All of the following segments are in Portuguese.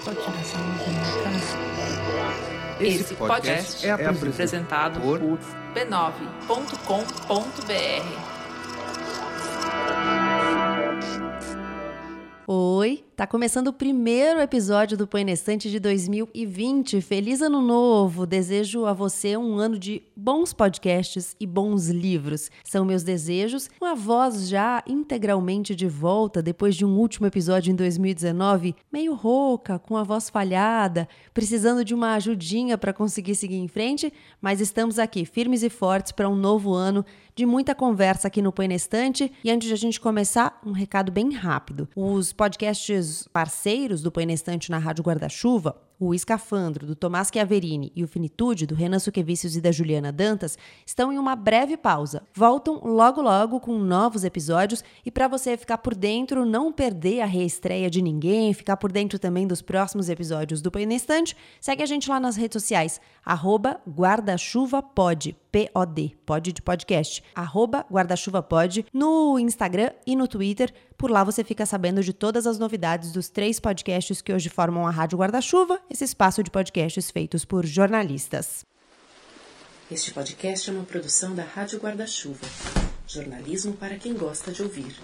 Pode tirar essa música. Esse podcast é apresentado por b9.com.br. Oi, tá começando o primeiro episódio do Põe na Estante de 2020. Feliz ano novo! Desejo a você um ano de bons podcasts e bons livros. São meus desejos, com a voz já integralmente de volta depois de um último episódio em 2019, meio rouca, com a voz falhada, precisando de uma ajudinha para conseguir seguir em frente, mas estamos aqui firmes e fortes para um novo ano de muita conversa aqui no Põe na Estante. E antes de a gente começar, um recado bem rápido. Os podcasts parceiros do Põe na Estante na Rádio Guarda-Chuva, o Escafandro, do Tomás Chiaverini, e o Finitude, do Renan Suquevicius e da Juliana Dantas, estão em uma breve pausa. Voltam logo com novos episódios, e para você ficar por dentro, não perder a reestreia de ninguém, ficar por dentro também dos próximos episódios do Põe na Estante, segue a gente lá nas redes sociais, @guardachuvapod, P-O-D, pod de podcast, @guardachuvapod, no Instagram e no Twitter. Por lá você fica sabendo de todas as novidades dos 3 podcasts que hoje formam a Rádio Guarda-Chuva, esse espaço de podcasts feitos por jornalistas. Este podcast é uma produção da Rádio Guarda-Chuva. Jornalismo para quem gosta de ouvir.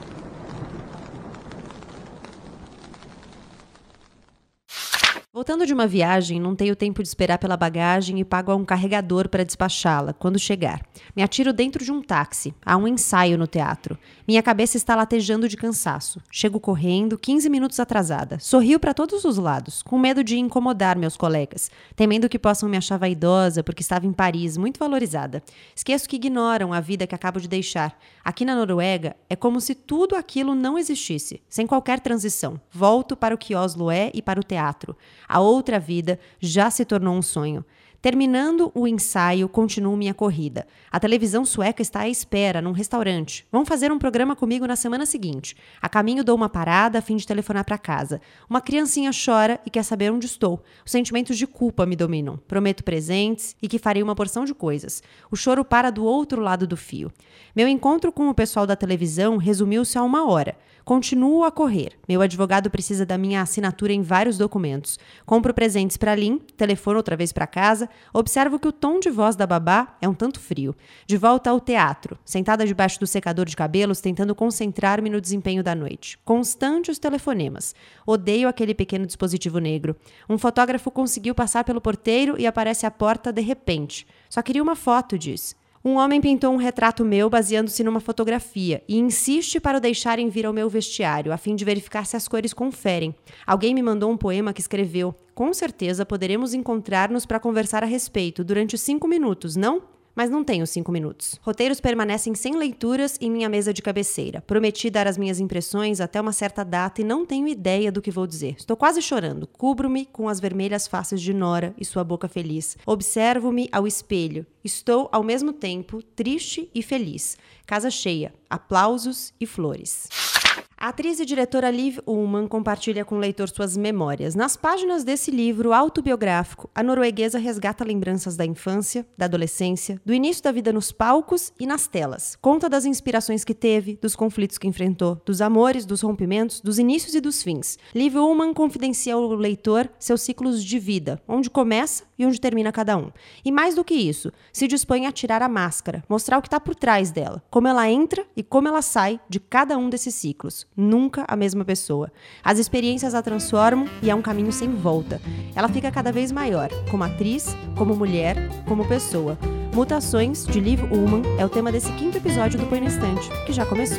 Voltando de uma viagem, não tenho tempo de esperar pela bagagem e pago a um carregador para despachá-la quando chegar. Me atiro dentro de um táxi. Há um ensaio no teatro. Minha cabeça está latejando de cansaço. Chego correndo, 15 minutos atrasada. Sorrio para todos os lados, com medo de incomodar meus colegas, temendo que possam me achar vaidosa porque estava em Paris, muito valorizada. Esqueço que ignoram a vida que acabo de deixar. Aqui na Noruega, é como se tudo aquilo não existisse, sem qualquer transição. Volto para o que Oslo é e para o teatro. A outra vida já se tornou um sonho. Terminando o ensaio, continuo minha corrida. A televisão sueca está à espera, num restaurante. Vão fazer um programa comigo na semana seguinte. A caminho dou uma parada a fim de telefonar para casa. Uma criancinha chora e quer saber onde estou. Os sentimentos de culpa me dominam. Prometo presentes e que farei uma porção de coisas. O choro para do outro lado do fio. Meu encontro com o pessoal da televisão resumiu-se a 1 hora. Continuo a correr. Meu advogado precisa da minha assinatura em vários documentos. Compro presentes para Lin, telefono outra vez para casa, observo que o tom de voz da babá é um tanto frio. De volta ao teatro, sentada debaixo do secador de cabelos, tentando concentrar-me no desempenho da noite. Constantes telefonemas. Odeio aquele pequeno dispositivo negro. Um fotógrafo conseguiu passar pelo porteiro e aparece à porta de repente. Só queria uma foto, diz. Um homem pintou um retrato meu baseando-se numa fotografia e insiste para o deixarem vir ao meu vestiário, a fim de verificar se as cores conferem. Alguém me mandou um poema que escreveu: "Com certeza poderemos encontrar-nos para conversar a respeito durante 5 minutos, não?" Mas não tenho 5 minutos. Roteiros permanecem sem leituras em minha mesa de cabeceira. Prometi dar as minhas impressões até uma certa data e não tenho ideia do que vou dizer. Estou quase chorando. Cubro-me com as vermelhas faces de Nora e sua boca feliz. Observo-me ao espelho. Estou, ao mesmo tempo, triste e feliz. Casa cheia. Aplausos e flores. A atriz e diretora Liv Ullmann compartilha com o leitor suas memórias. Nas páginas desse livro autobiográfico, a norueguesa resgata lembranças da infância, da adolescência, do início da vida nos palcos e nas telas. Conta das inspirações que teve, dos conflitos que enfrentou, dos amores, dos rompimentos, dos inícios e dos fins. Liv Ullmann confidencia ao leitor seus ciclos de vida, onde começa e onde termina cada um. E mais do que isso, se dispõe a tirar a máscara, mostrar o que está por trás dela, como ela entra e como ela sai de cada um desses ciclos. Nunca a mesma pessoa. As experiências a transformam e é um caminho sem volta. Ela fica cada vez maior, como atriz, como mulher, como pessoa. Mutações, de Liv Ullmann, é o tema desse 5º episódio do Põe na Estante, que já começou.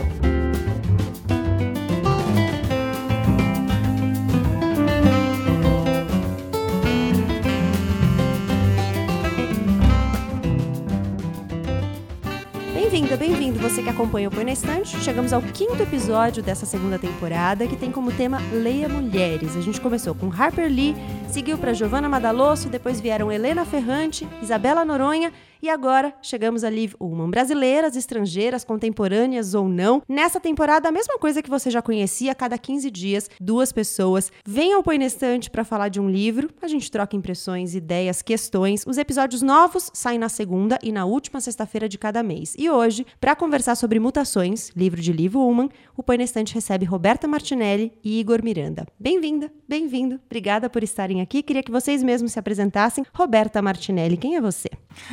Bem-vindo você que acompanha o Põe na Estante. Chegamos ao 5º episódio dessa 2ª temporada, que tem como tema Leia Mulheres. A gente começou com Harper Lee, seguiu para Giovanna Madalosso, depois vieram Helena Ferrante, Isabela Noronha e agora chegamos a Liv Ullmann. Brasileiras, estrangeiras, contemporâneas ou não. Nessa temporada, a mesma coisa que você já conhecia, a cada 15 dias, 2 pessoas vêm ao Põe na Estante para falar de um livro. A gente troca impressões, ideias, questões. Os episódios novos saem na segunda e na última sexta-feira de cada mês. E hoje, para conversar sobre Mutações, livro de Liv Ullmann, o Põe na Estante recebe Roberta Martinelli e Igor Miranda. Bem-vinda, bem-vindo. Obrigada por estarem aqui. Queria que vocês mesmos se apresentassem. Roberta Martinelli, quem é você?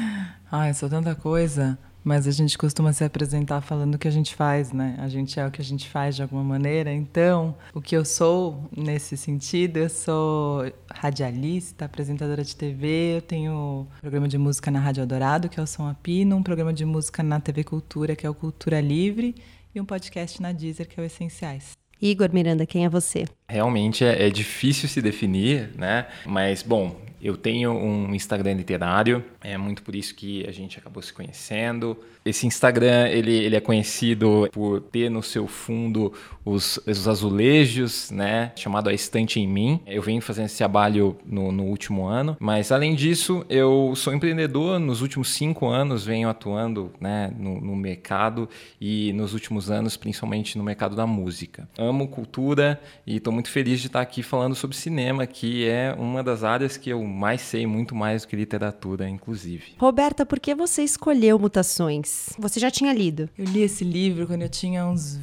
Eu sou tanta coisa, mas a gente costuma se apresentar falando o que a gente faz, né? A gente é o que a gente faz de alguma maneira. Então, o que eu sou nesse sentido, eu sou radialista, apresentadora de TV, eu tenho um programa de música na Rádio Eldorado, que é o Som a Pino, um programa de música na TV Cultura, que é o Cultura Livre, e um podcast na Deezer, que é o Essenciais. Igor Miranda, quem é você? Realmente é difícil se definir, né? Mas, bom, eu tenho um Instagram literário, é muito por isso que a gente acabou se conhecendo. Esse Instagram, ele é conhecido por ter no seu fundo os azulejos, né? Chamado A Estante em Mim. Eu venho fazendo esse trabalho no último ano, mas além disso, eu sou empreendedor. Nos últimos 5 anos venho atuando, né, no mercado e nos últimos anos, principalmente no mercado da música. Amo cultura e estou muito feliz de estar aqui falando sobre cinema, que é uma das áreas que eu mais sei, muito mais do que literatura, inclusive. Roberta, por que você escolheu Mutações? Você já tinha lido? Eu li esse livro quando eu tinha uns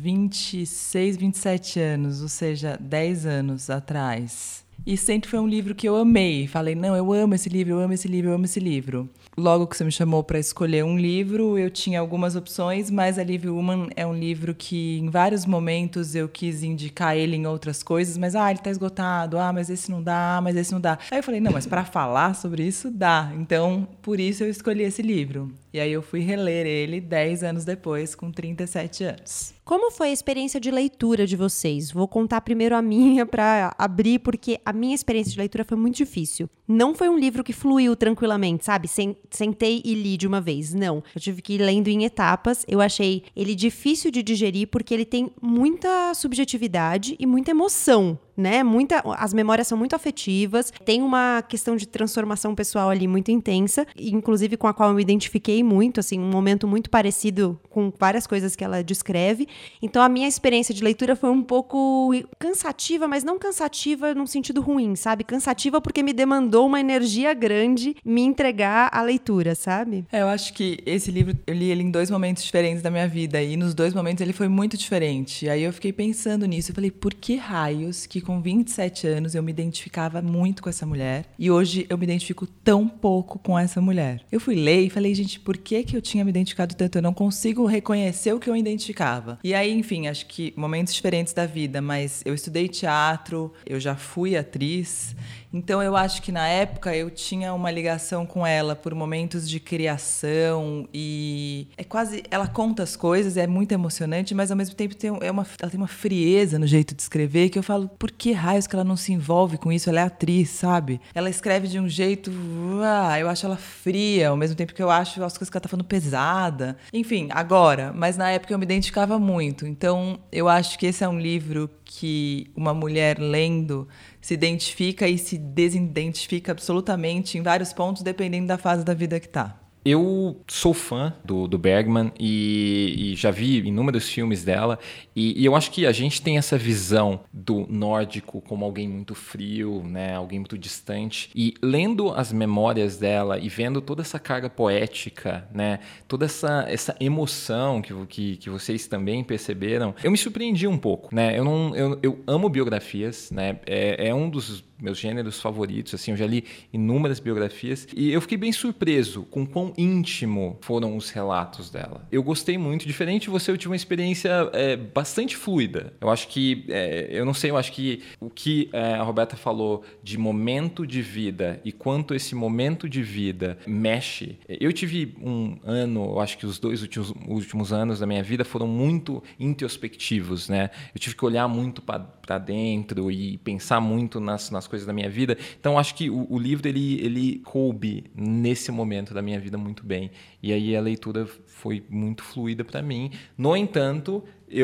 26, 27 anos, ou seja, 10 anos atrás. E sempre foi um livro que eu amei. Falei, não, eu amo esse livro, eu amo esse livro, eu amo esse livro. Logo que você me chamou para escolher um livro, eu tinha algumas opções, mas a Liv Ullmann é um livro que em vários momentos eu quis indicar ele em outras coisas, mas ele tá esgotado, mas esse não dá, mas esse não dá. Aí eu falei, não, mas para falar sobre isso dá. Então, por isso eu escolhi esse livro. E aí eu fui reler ele 10 anos depois, com 37 anos. Como foi a experiência de leitura de vocês? Vou contar primeiro a minha para abrir, porque a minha experiência de leitura foi muito difícil. Não foi um livro que fluiu tranquilamente, sabe? Sentei e li de uma vez. Não. Eu tive que ir lendo em etapas. Eu achei ele difícil de digerir porque ele tem muita subjetividade e muita emoção, né? As memórias são muito afetivas. Tem uma questão de transformação pessoal ali muito intensa, inclusive com a qual eu me identifiquei muito, assim, um momento muito parecido com várias coisas que ela descreve. Então, a minha experiência de leitura foi um pouco cansativa, mas não cansativa num sentido ruim, sabe? Cansativa porque me demandou uma energia grande me entregar à leitura, sabe? Eu acho que esse livro, eu li ele em 2 momentos diferentes da minha vida, e nos 2 momentos ele foi muito diferente. Aí eu fiquei pensando nisso, eu falei, por que raios que com 27 anos eu me identificava muito com essa mulher, e hoje eu me identifico tão pouco com essa mulher? Eu fui ler e falei, gente, por que eu tinha me identificado tanto? Eu não consigo reconhecer o que eu identificava. E aí, enfim, acho que momentos diferentes da vida, mas eu estudei teatro, eu já fui atriz, então eu acho que na época eu tinha uma ligação com ela por momentos de criação, e é quase, ela conta as coisas, é muito emocionante, mas ao mesmo tempo ela tem uma frieza no jeito de escrever que eu falo, por que raios que ela não se envolve com isso? Ela é atriz, sabe? Ela escreve de um jeito, eu acho ela fria, ao mesmo tempo que eu acho as coisas que ela tá falando pesada. Enfim, agora, mas na época eu me identificava muito. Então, eu acho que esse é um livro que uma mulher lendo se identifica e se desidentifica absolutamente em vários pontos, dependendo da fase da vida que tá. Eu sou fã do Bergman e já vi inúmeros filmes dela, e eu acho que a gente tem essa visão do nórdico como alguém muito frio, né, alguém muito distante, e lendo as memórias dela e vendo toda essa carga poética, né, toda essa emoção que vocês também perceberam, eu me surpreendi um pouco, né? Eu amo biografias, né? É um dos meus gêneros favoritos, assim, eu já li inúmeras biografias e eu fiquei bem surpreso com quão íntimo foram os relatos dela. Eu gostei muito, diferente de você, eu tive uma experiência bastante fluida. Eu acho que, eu não sei, eu acho que o que a Roberta falou de momento de vida e quanto esse momento de vida mexe. Eu tive um ano, eu acho que os 2 últimos anos da minha vida foram muito introspectivos, né? Eu tive que olhar muito para dentro e pensar muito nas coisas da minha vida. Então, acho que o livro, ele coube nesse momento da minha vida muito bem. E aí a leitura foi muito fluida para mim. No entanto, eu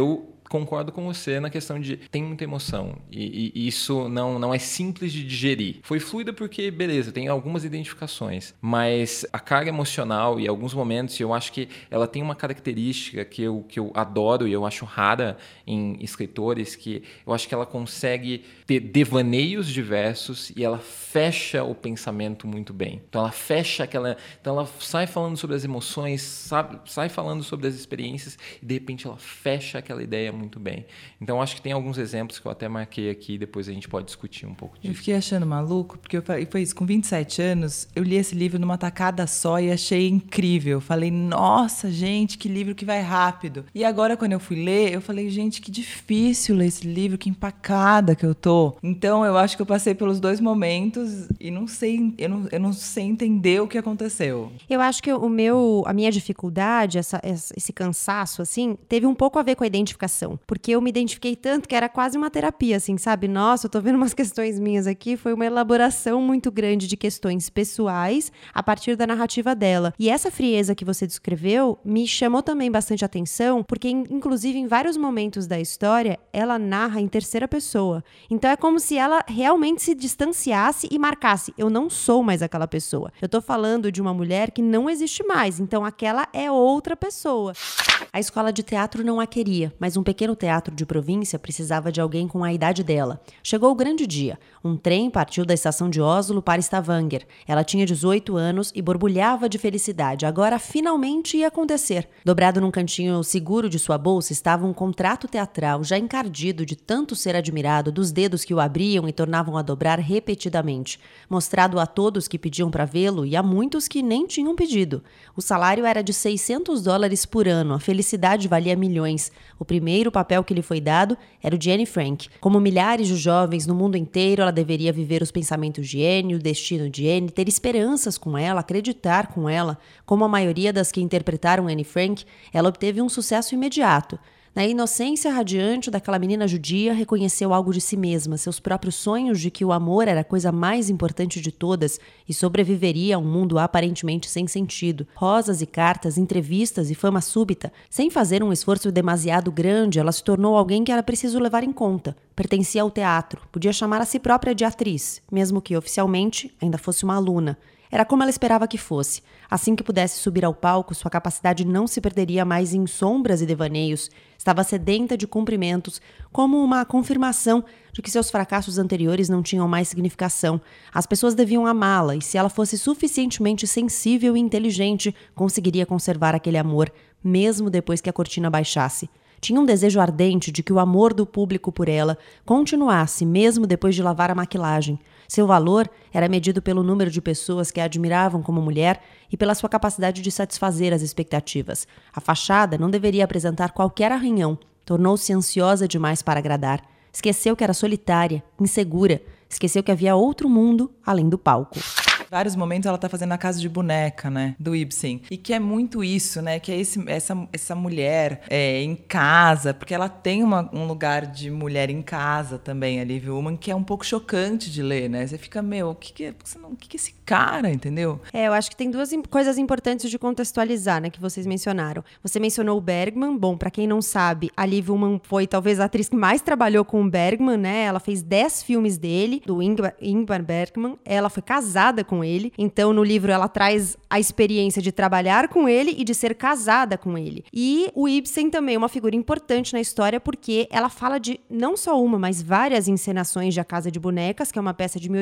concordo com você na questão de tem muita emoção e isso não é simples de digerir. Foi fluida porque, beleza, tem algumas identificações, mas a carga emocional e alguns momentos eu acho que ela tem uma característica que eu adoro e eu acho rara em escritores, que eu acho que ela consegue ter devaneios diversos e ela fecha o pensamento muito bem. Então ela fecha então ela sai falando sobre as emoções, sai falando sobre as experiências e de repente ela fecha aquela ideia muito bem. Então acho que tem alguns exemplos que eu até marquei aqui, depois a gente pode discutir um pouco disso. Eu fiquei achando maluco, porque foi isso, com 27 anos, eu li esse livro numa tacada só e achei incrível. Falei, nossa, gente, que livro que vai rápido. E agora, quando eu fui ler, eu falei, gente, que difícil ler esse livro, que empacada que eu tô. Então, eu acho que eu passei pelos dois momentos e não sei, eu não sei entender o que aconteceu. Eu acho que a minha dificuldade, esse cansaço, assim, teve um pouco a ver com a identificação. Porque eu me identifiquei tanto que era quase uma terapia, assim, sabe? Nossa, eu tô vendo umas questões minhas aqui. Foi uma elaboração muito grande de questões pessoais a partir da narrativa dela. E essa frieza que você descreveu me chamou também bastante atenção, porque, inclusive, em vários momentos da história, ela narra em terceira pessoa. Então, é como se ela realmente se distanciasse e marcasse, eu não sou mais aquela pessoa. Eu tô falando de uma mulher que não existe mais, então aquela é outra pessoa. A escola de teatro não a queria, mas um pequeno teatro de província precisava de alguém com a idade dela. Chegou o grande dia. Um trem partiu da estação de Oslo para Stavanger. Ela tinha 18 anos e borbulhava de felicidade. Agora, finalmente, ia acontecer. Dobrado num cantinho seguro de sua bolsa estava um contrato teatral já encardido de tanto ser admirado dos dedos que o abriam e tornavam a dobrar repetidamente. Mostrado a todos que pediam para vê-lo e a muitos que nem tinham pedido. O salário era de $600 por ano. A felicidade valia milhões. O primeiro papel que lhe foi dado era o de Anne Frank. Como milhares de jovens no mundo inteiro, ela deveria viver os pensamentos de Anne, o destino de Anne, ter esperanças com ela, acreditar com ela. Como a maioria das que interpretaram Anne Frank, ela obteve um sucesso imediato. Na inocência radiante daquela menina judia, reconheceu algo de si mesma, seus próprios sonhos de que o amor era a coisa mais importante de todas e sobreviveria a um mundo aparentemente sem sentido. Rosas e cartas, entrevistas e fama súbita. Sem fazer um esforço demasiado grande, ela se tornou alguém que era preciso levar em conta. Pertencia ao teatro, podia chamar a si própria de atriz, mesmo que oficialmente ainda fosse uma aluna. Era como ela esperava que fosse. Assim que pudesse subir ao palco, sua capacidade não se perderia mais em sombras e devaneios. Estava sedenta de cumprimentos, como uma confirmação de que seus fracassos anteriores não tinham mais significação. As pessoas deviam amá-la, e se ela fosse suficientemente sensível e inteligente, conseguiria conservar aquele amor, mesmo depois que a cortina baixasse. Tinha um desejo ardente de que o amor do público por ela continuasse, mesmo depois de lavar a maquilagem. Seu valor era medido pelo número de pessoas que a admiravam como mulher e pela sua capacidade de satisfazer as expectativas. A fachada não deveria apresentar qualquer arranhão. Tornou-se ansiosa demais para agradar. Esqueceu que era solitária, insegura. Esqueceu que havia outro mundo além do palco. Vários momentos ela tá fazendo A Casa de Boneca, né, do Ibsen. E que é muito isso, né, que é essa mulher em casa, porque ela tem um lugar de mulher em casa também, a Liv Ullmann, que é um pouco chocante de ler, né? Você fica, o que é esse cara, entendeu? Eu acho que tem duas coisas importantes de contextualizar, né, que vocês mencionaram. Você mencionou o Bergman. Bom, pra quem não sabe, a Liv Ullmann foi talvez a atriz que mais trabalhou com o Bergman, né? Ela fez 10 filmes dele, do Ingmar Bergman. Ela foi casada com ele. Então, no livro, ela traz a experiência de trabalhar com ele e de ser casada com ele. E o Ibsen também é uma figura importante na história, porque ela fala de não só uma, mas várias encenações de A Casa de Bonecas, que é uma peça de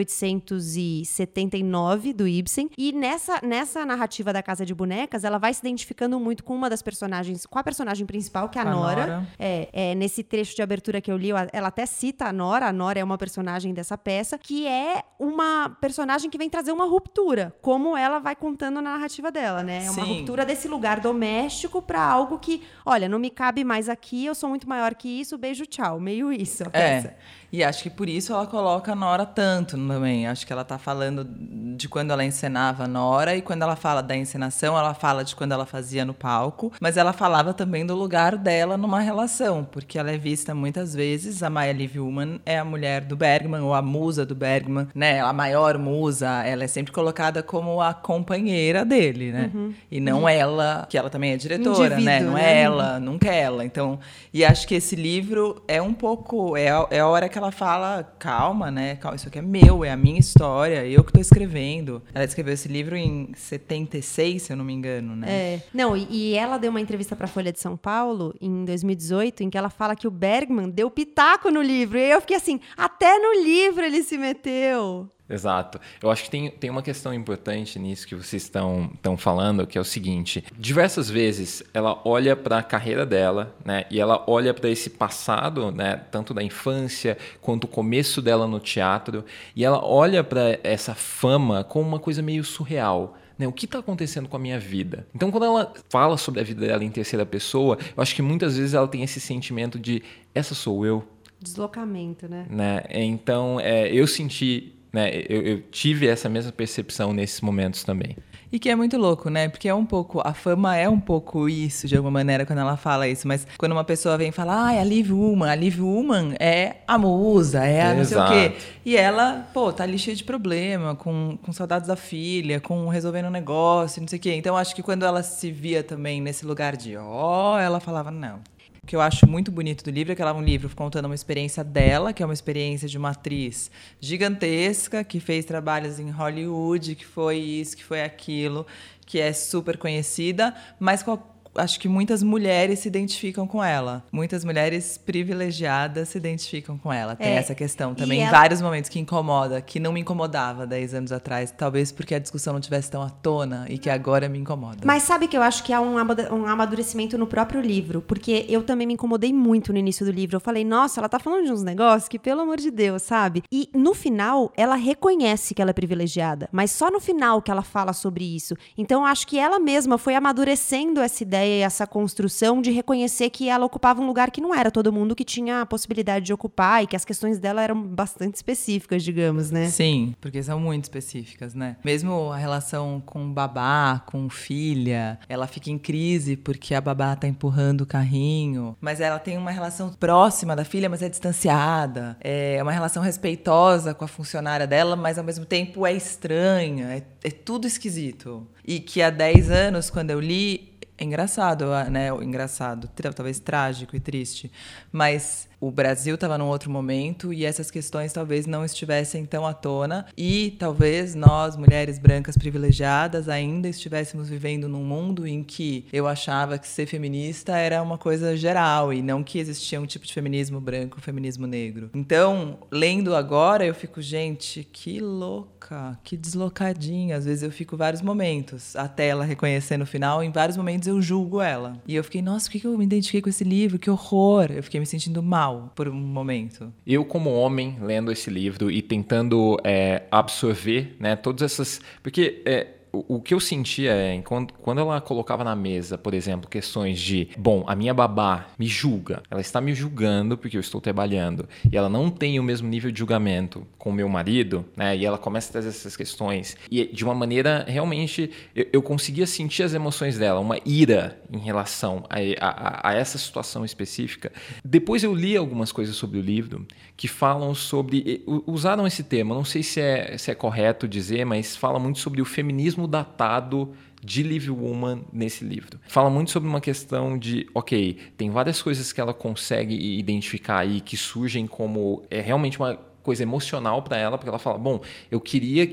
1879 do Ibsen. E nessa narrativa da Casa de Bonecas, ela vai se identificando muito com uma das personagens, com a personagem principal, que é a Nora. Nesse trecho de abertura que eu li, ela até cita a Nora. A Nora é uma personagem dessa peça, que é uma personagem que vem trazer uma ruptura, como ela vai contando na narrativa dela, né? É uma ruptura desse lugar doméstico pra algo que, olha, não me cabe mais aqui, eu sou muito maior que isso, beijo, tchau. Meio isso, a peça. E acho que por isso ela coloca a Nora tanto também. Acho que ela tá falando de quando ela encenava Nora, e quando ela fala da encenação, ela fala de quando ela fazia no palco, mas ela falava também do lugar dela numa relação, porque ela é vista muitas vezes, a Maya Liv Ullmann é a mulher do Bergman, ou a musa do Bergman, né? A maior musa, ela é sempre colocada como a companheira dele, né? E não ela, que ela também é diretora, né? Não é ela, nunca é ela. Então, e acho que esse livro é um pouco, é a hora que ela fala, calma, né? Isso aqui é meu, é a minha história, eu que estou escrevendo. Ela escreveu esse livro em 76, se eu não me engano, né? Não, e ela deu uma entrevista para a Folha de São Paulo em 2018, em que ela fala que o Bergman deu pitaco no livro. E eu fiquei assim, até no livro ele se meteu. Exato. Eu acho que tem uma questão importante nisso que vocês estão falando, que é o seguinte: diversas vezes ela olha para a carreira dela, né, e ela olha para esse passado, né, tanto da infância quanto o começo dela no teatro, e ela olha para essa fama como uma coisa meio surreal. O que está acontecendo com a minha vida? Então, quando ela fala sobre a vida dela em terceira pessoa, eu acho que muitas vezes ela tem esse sentimento de essa sou eu. Deslocamento, né? Então, eu senti... Eu tive essa mesma percepção nesses momentos também. E que é muito louco, né? Porque a fama é um pouco isso, de alguma maneira, quando ela fala isso. Mas quando uma pessoa vem falar, a Liv Ullmann é a musa, é a não sei o quê. E ela, tá ali cheia de problema, com saudades da filha, com resolvendo um negócio, não sei o quê. Então, acho que quando ela se via também nesse lugar de ela falava, não. O que eu acho muito bonito do livro é que ela é um livro contando uma experiência dela, que é uma experiência de uma atriz gigantesca, que fez trabalhos em Hollywood, que foi isso, que foi aquilo, que é super conhecida, mas acho que muitas mulheres se identificam com ela. Muitas mulheres privilegiadas se identificam com ela. Tem essa questão também, em vários momentos, que incomoda, que não me incomodava 10 anos atrás. Talvez porque a discussão não estivesse tão à tona e que agora me incomoda. Mas sabe que eu acho que há um amadurecimento no próprio livro? Porque eu também me incomodei muito no início do livro. Eu falei, nossa, ela tá falando de uns negócios que, pelo amor de Deus, sabe? E no final, ela reconhece que ela é privilegiada. Mas só no final que ela fala sobre isso. Então, eu acho que ela mesma foi amadurecendo essa ideia, essa construção de reconhecer que ela ocupava um lugar que não era todo mundo que tinha a possibilidade de ocupar e que as questões dela eram bastante específicas, digamos, né? Sim, porque são muito específicas, né? Mesmo a relação com babá, com filha, ela fica em crise porque a babá tá empurrando o carrinho, mas ela tem uma relação próxima da filha, mas é distanciada. É uma relação respeitosa com a funcionária dela, mas ao mesmo tempo é estranha, é tudo esquisito. E que há 10 anos, quando eu li, é engraçado, né? Engraçado, talvez trágico e triste, mas o Brasil estava num outro momento e essas questões talvez não estivessem tão à tona e talvez nós, mulheres brancas privilegiadas, ainda estivéssemos vivendo num mundo em que eu achava que ser feminista era uma coisa geral e não que existia um tipo de feminismo branco, feminismo negro. Então, lendo agora, eu fico, gente, que louca, que deslocadinha. Às vezes eu fico vários momentos, até ela reconhecer no final, em vários momentos eu julgo ela. E eu fiquei, nossa, por que eu me identifiquei com esse livro? Que horror! Eu fiquei me sentindo mal por um momento. Eu, como homem, lendo esse livro e tentando absorver, né, todas essas... Porque o que eu sentia quando ela colocava na mesa, por exemplo, questões de, a minha babá me julga, ela está me julgando porque eu estou trabalhando e ela não tem o mesmo nível de julgamento com o meu marido, né? E ela começa a trazer essas questões e de uma maneira, realmente, eu conseguia sentir as emoções dela, uma ira em relação a essa situação específica. Depois eu li algumas coisas sobre o livro que falam sobre, usaram esse termo, não sei se é correto dizer, mas fala muito sobre o feminismo datado de Liv Ullmann nesse livro. Fala muito sobre uma questão de, tem várias coisas que ela consegue identificar aí que surgem como realmente uma coisa emocional para ela, porque ela fala, eu queria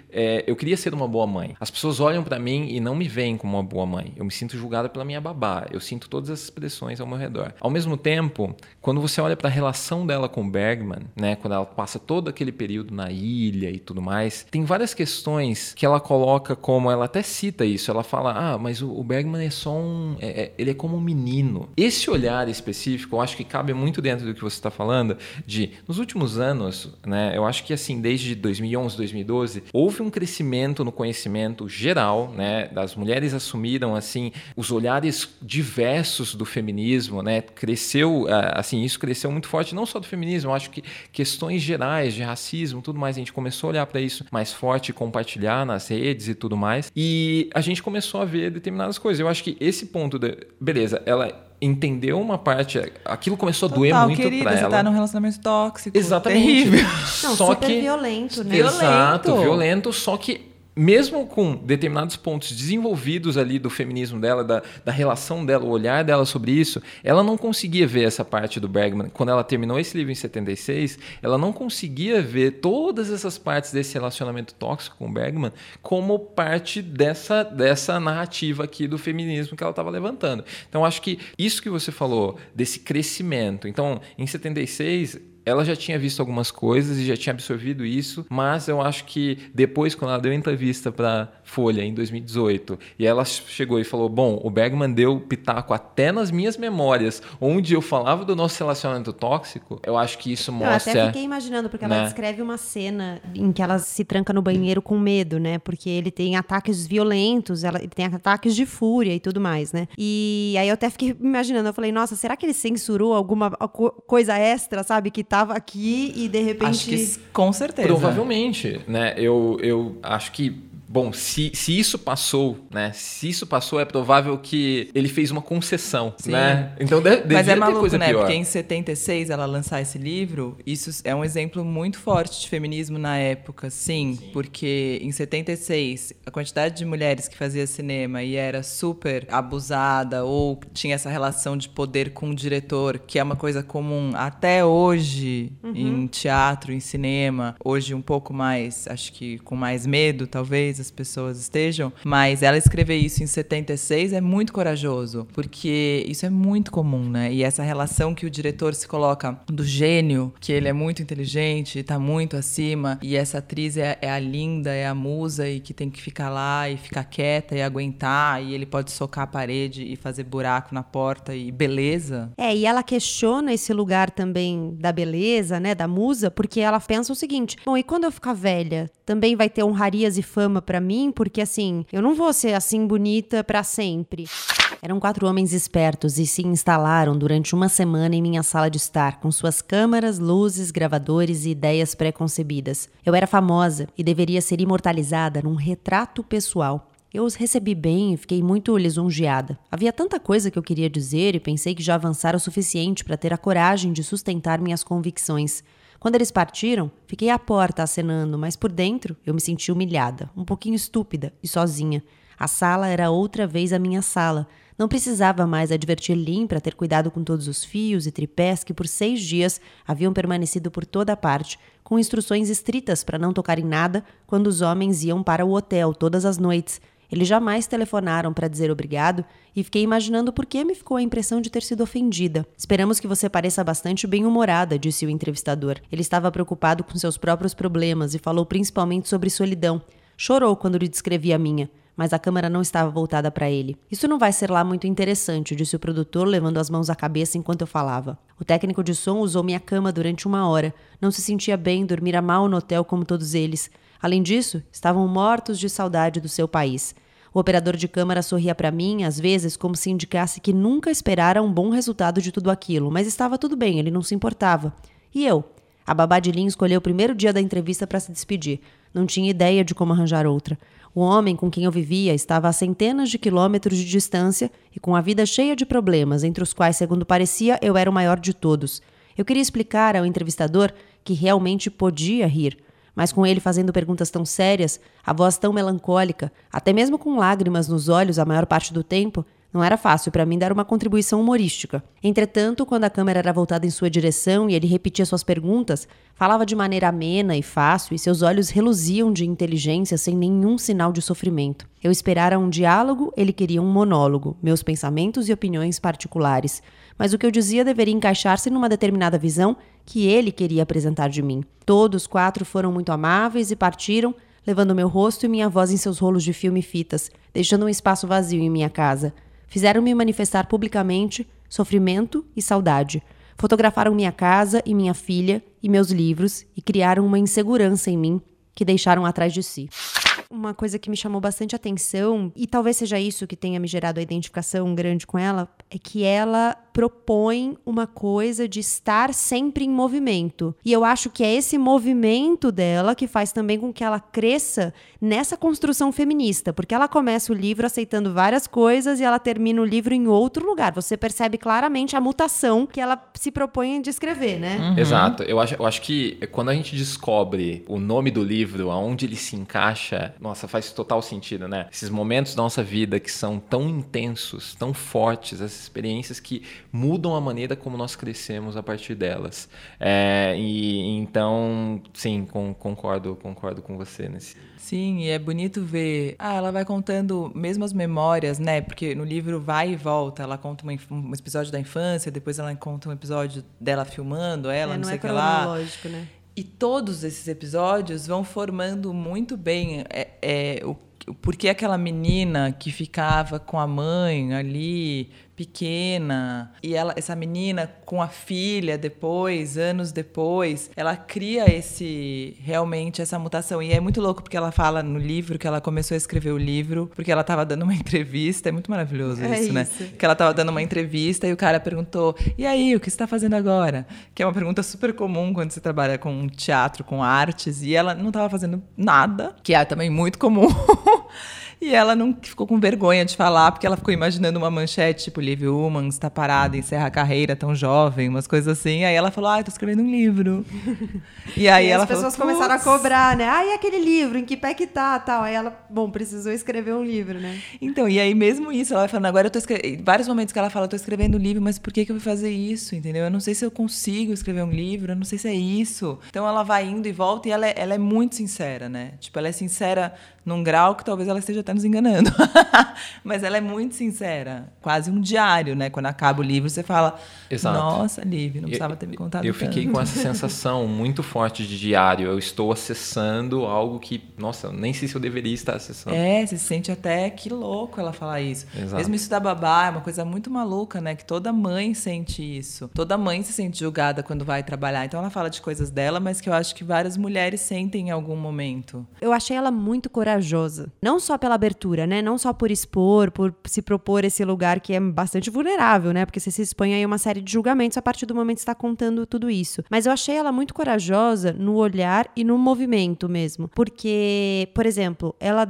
ser uma boa mãe. As pessoas olham para mim e não me veem como uma boa mãe. Eu me sinto julgada pela minha babá. Eu sinto todas essas pressões ao meu redor. Ao mesmo tempo, quando você olha para a relação dela com o Bergman, né, quando ela passa todo aquele período na ilha e tudo mais, tem várias questões que ela coloca como, ela até cita isso, ela fala, mas o Bergman é só ele é como um menino. Esse olhar específico, eu acho que cabe muito dentro do que você está falando, de, nos últimos anos, começo, né? Eu acho que assim, desde 2011, 2012, houve um crescimento no conhecimento geral, né? As mulheres assumiram assim os olhares diversos do feminismo, né? Cresceu, assim, isso cresceu muito forte, não só do feminismo, eu acho que questões gerais de racismo, tudo mais, a gente começou a olhar para isso mais forte, compartilhar nas redes e tudo mais, e a gente começou a ver determinadas coisas. Eu acho que esse ponto, beleza, ela entendeu uma parte, aquilo começou a doer muito querida, pra ela. Você tá num relacionamento tóxico, exatamente, terrível. Não, só super que violento, né? Exato, violento, só que mesmo com determinados pontos desenvolvidos ali do feminismo dela, da relação dela, o olhar dela sobre isso, ela não conseguia ver essa parte do Bergman. Quando ela terminou esse livro em 76, ela não conseguia ver todas essas partes desse relacionamento tóxico com o Bergman como parte dessa narrativa aqui do feminismo que ela estava levantando. Então, acho que isso que você falou, desse crescimento. Então, em 76... ela já tinha visto algumas coisas e já tinha absorvido isso, mas eu acho que depois, quando ela deu entrevista para Folha em 2018, e ela chegou e falou, bom, o Bergman deu pitaco até nas minhas memórias, onde eu falava do nosso relacionamento tóxico, eu acho que isso mostra... Eu até fiquei imaginando, porque ela descreve uma cena em que ela se tranca no banheiro com medo, né? Porque ele tem ataques violentos, ele tem ataques de fúria e tudo mais, né? E aí eu até fiquei imaginando, eu falei, nossa, será que ele censurou alguma coisa extra, sabe? Que tava aqui e de repente... Acho que com certeza. Provavelmente, né? Eu acho que, bom, se isso passou, né? Se isso passou, é provável que ele fez uma concessão, Sim. Né? Então devia Mas é ter maluco, coisa né? pior. Porque em 76 ela lançar esse livro, isso é um exemplo muito forte de feminismo na época, sim. Porque em 76, a quantidade de mulheres que fazia cinema e era super abusada ou tinha essa relação de poder com o diretor, que é uma coisa comum até hoje em teatro, em cinema. Hoje um pouco mais, acho que com mais medo, talvez, as pessoas estejam. Mas ela escrever isso em 76 é muito corajoso, porque isso é muito comum, né? E essa relação que o diretor se coloca do gênio, que ele é muito inteligente, tá muito acima, e essa atriz é a linda, é a musa, e que tem que ficar lá e ficar quieta e aguentar, e ele pode socar a parede e fazer buraco na porta e beleza. E ela questiona esse lugar também da beleza, né, da musa, porque ela pensa o seguinte, bom, e quando eu ficar velha, também vai ter honrarias e fama pra mim, porque assim, eu não vou ser assim bonita pra sempre. Eram 4 homens espertos e se instalaram durante uma semana em minha sala de estar, com suas câmaras, luzes, gravadores e ideias pré-concebidas. Eu era famosa e deveria ser imortalizada num retrato pessoal. Eu os recebi bem e fiquei muito lisonjeada. Havia tanta coisa que eu queria dizer e pensei que já avançara o suficiente para ter a coragem de sustentar minhas convicções. Quando eles partiram, fiquei à porta acenando, mas por dentro eu me senti humilhada, um pouquinho estúpida e sozinha. A sala era outra vez a minha sala. Não precisava mais advertir Lynn para ter cuidado com todos os fios e tripés que por 6 dias haviam permanecido por toda parte, com instruções estritas para não tocar em nada quando os homens iam para o hotel todas as noites. Eles jamais telefonaram para dizer obrigado e fiquei imaginando por que me ficou a impressão de ter sido ofendida. Esperamos que você pareça bastante bem-humorada, disse o entrevistador. Ele estava preocupado com seus próprios problemas e falou principalmente sobre solidão. Chorou quando lhe descrevi a minha, mas a câmera não estava voltada para ele. Isso não vai ser lá muito interessante, disse o produtor, levando as mãos à cabeça enquanto eu falava. O técnico de som usou minha cama durante 1 hora. Não se sentia bem, dormira mal no hotel como todos eles. Além disso, estavam mortos de saudade do seu país. O operador de câmara sorria para mim, às vezes, como se indicasse que nunca esperara um bom resultado de tudo aquilo, mas estava tudo bem, ele não se importava. E eu? A babá de Lynn escolheu o primeiro dia da entrevista para se despedir. Não tinha ideia de como arranjar outra. O homem com quem eu vivia estava a centenas de quilômetros de distância e com a vida cheia de problemas, entre os quais, segundo parecia, eu era o maior de todos. Eu queria explicar ao entrevistador que realmente podia rir, mas com ele fazendo perguntas tão sérias, a voz tão melancólica, até mesmo com lágrimas nos olhos a maior parte do tempo, não era fácil para mim dar uma contribuição humorística. Entretanto, quando a câmera era voltada em sua direção e ele repetia suas perguntas, falava de maneira amena e fácil e seus olhos reluziam de inteligência sem nenhum sinal de sofrimento. Eu esperara um diálogo, ele queria um monólogo, meus pensamentos e opiniões particulares. Mas o que eu dizia deveria encaixar-se numa determinada visão que ele queria apresentar de mim. Todos 4 foram muito amáveis e partiram, levando meu rosto e minha voz em seus rolos de filme e fitas, deixando um espaço vazio em minha casa. Fizeram-me manifestar publicamente sofrimento e saudade. Fotografaram minha casa e minha filha e meus livros e criaram uma insegurança em mim que deixaram atrás de si. Uma coisa que me chamou bastante atenção, e talvez seja isso que tenha me gerado a identificação grande com ela, é que ela propõe uma coisa de estar sempre em movimento. E eu acho que é esse movimento dela que faz também com que ela cresça nessa construção feminista, porque ela começa o livro aceitando várias coisas e ela termina o livro em outro lugar. Você percebe claramente a mutação que ela se propõe a descrever, né? Exato. Eu acho que quando a gente descobre o nome do livro, aonde ele se encaixa, nossa, faz total sentido, né? Esses momentos da nossa vida que são tão intensos, tão fortes, essas experiências que mudam a maneira como nós crescemos a partir delas. Então, sim, concordo com você nesse. Sim, e é bonito ver. Ela vai contando mesmo as memórias, né? Porque no livro vai e volta. Ela conta um episódio da infância, depois ela conta um episódio dela filmando ela, não sei o que lá. Não é cronológico, né? E todos esses episódios vão formando muito bem o porquê aquela menina que ficava com a mãe ali, pequena, e essa menina com a filha depois, anos depois, ela cria realmente essa mutação. E é muito louco porque ela fala no livro que ela começou a escrever o livro porque ela estava dando uma entrevista. É muito maravilhoso isso, né? Que ela estava dando uma entrevista e o cara perguntou: e aí, o que você está fazendo agora? Que é uma pergunta super comum quando você trabalha com teatro, com artes, e ela não estava fazendo nada, que é também muito comum. E ela não ficou com vergonha de falar, porque ela ficou imaginando uma manchete, tipo, Liv Ullmann está parada, encerra a carreira, tão jovem, umas coisas assim. Aí ela falou, tô escrevendo um livro. E aí ela as pessoas começaram a cobrar, né? E aquele livro, em que pé que tá, tal. Aí ela, precisou escrever um livro, né? Então, e aí mesmo isso, ela vai falando, agora eu tô escrevendo... Vários momentos que ela fala, eu tô escrevendo um livro, mas por que eu vou fazer isso, entendeu? Eu não sei se eu consigo escrever um livro, eu não sei se é isso. Então ela vai indo e volta e ela é muito sincera, né? Tipo, ela é sincera num grau que talvez ela esteja até nos enganando. Mas ela é muito sincera. Quase um diário, né? Quando acaba o livro, você fala, exato. Nossa, Liv, não precisava ter me contado Eu fiquei tanto. com essa sensação muito forte de diário. Eu estou acessando algo que, nossa, eu nem sei se eu deveria estar acessando. Você se sente até que louco ela falar isso. Exato. Mesmo isso da babá é uma coisa muito maluca, né? Que toda mãe sente isso. Toda mãe se sente julgada quando vai trabalhar. Então ela fala de coisas dela, mas que eu acho que várias mulheres sentem em algum momento. Eu achei ela muito corajosa. Não só pela abertura, né? Não só por expor, por se propor esse lugar que é bastante vulnerável, né? Porque você se expõe aí a uma série de julgamentos a partir do momento que você está contando tudo isso. Mas eu achei ela muito corajosa no olhar e no movimento mesmo. Porque, por exemplo, ela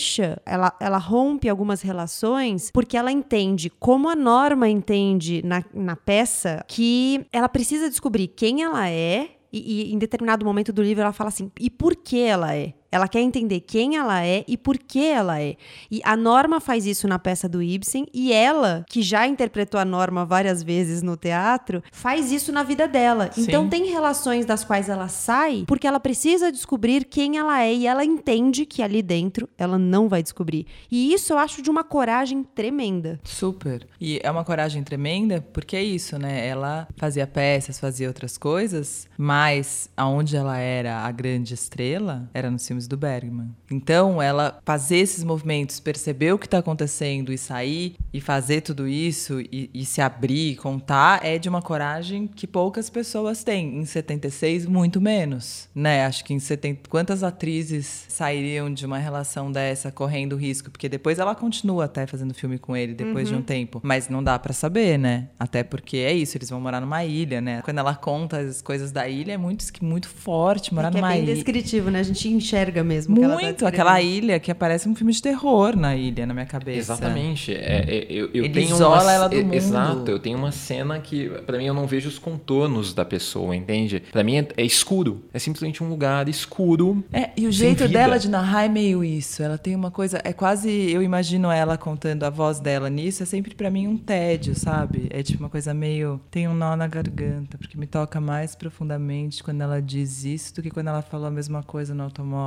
rompe algumas relações porque ela entende, como a Norma entende na peça, que ela precisa descobrir quem ela é. E em determinado momento do livro ela fala assim, e por que ela é? Ela quer entender quem ela é e por que ela é. E a Norma faz isso na peça do Ibsen, e ela, que já interpretou a Norma várias vezes no teatro, faz isso na vida dela. Sim. Então tem relações das quais ela sai porque ela precisa descobrir quem ela é, e ela entende que ali dentro ela não vai descobrir. E isso eu acho de uma coragem tremenda. Super. E é uma coragem tremenda porque é isso, né? Ela fazia peças, fazia outras coisas, mas aonde ela era a grande estrela era nos filmes do Bergman. Então, ela fazer esses movimentos, perceber o que está acontecendo e sair e fazer tudo isso e se abrir, contar, é de uma coragem que poucas pessoas têm. Em 76, muito menos, né? Acho que em 70... Quantas atrizes sairiam de uma relação dessa correndo risco? Porque depois ela continua até fazendo filme com ele, depois de um tempo. Mas não dá pra saber, né? Até porque é isso, eles vão morar numa ilha, né? Quando ela conta as coisas da ilha, é muito forte, morar numa ilha. É bem descritivo, né? A gente enxerga mesmo. Muito, aquela ilha que aparece um filme de terror na ilha, na minha cabeça. Exatamente. Ele tenho isola ela do mundo. Exato, eu tenho uma cena que, pra mim, eu não vejo os contornos da pessoa, entende? Pra mim é escuro, é simplesmente um lugar escuro. E o jeito dela de narrar é meio isso, ela tem uma coisa, é quase, eu imagino ela contando a voz dela nisso, é sempre pra mim um tédio, sabe? É tipo uma coisa meio, tem um nó na garganta, porque me toca mais profundamente quando ela diz isso do que quando ela falou a mesma coisa no automóvel.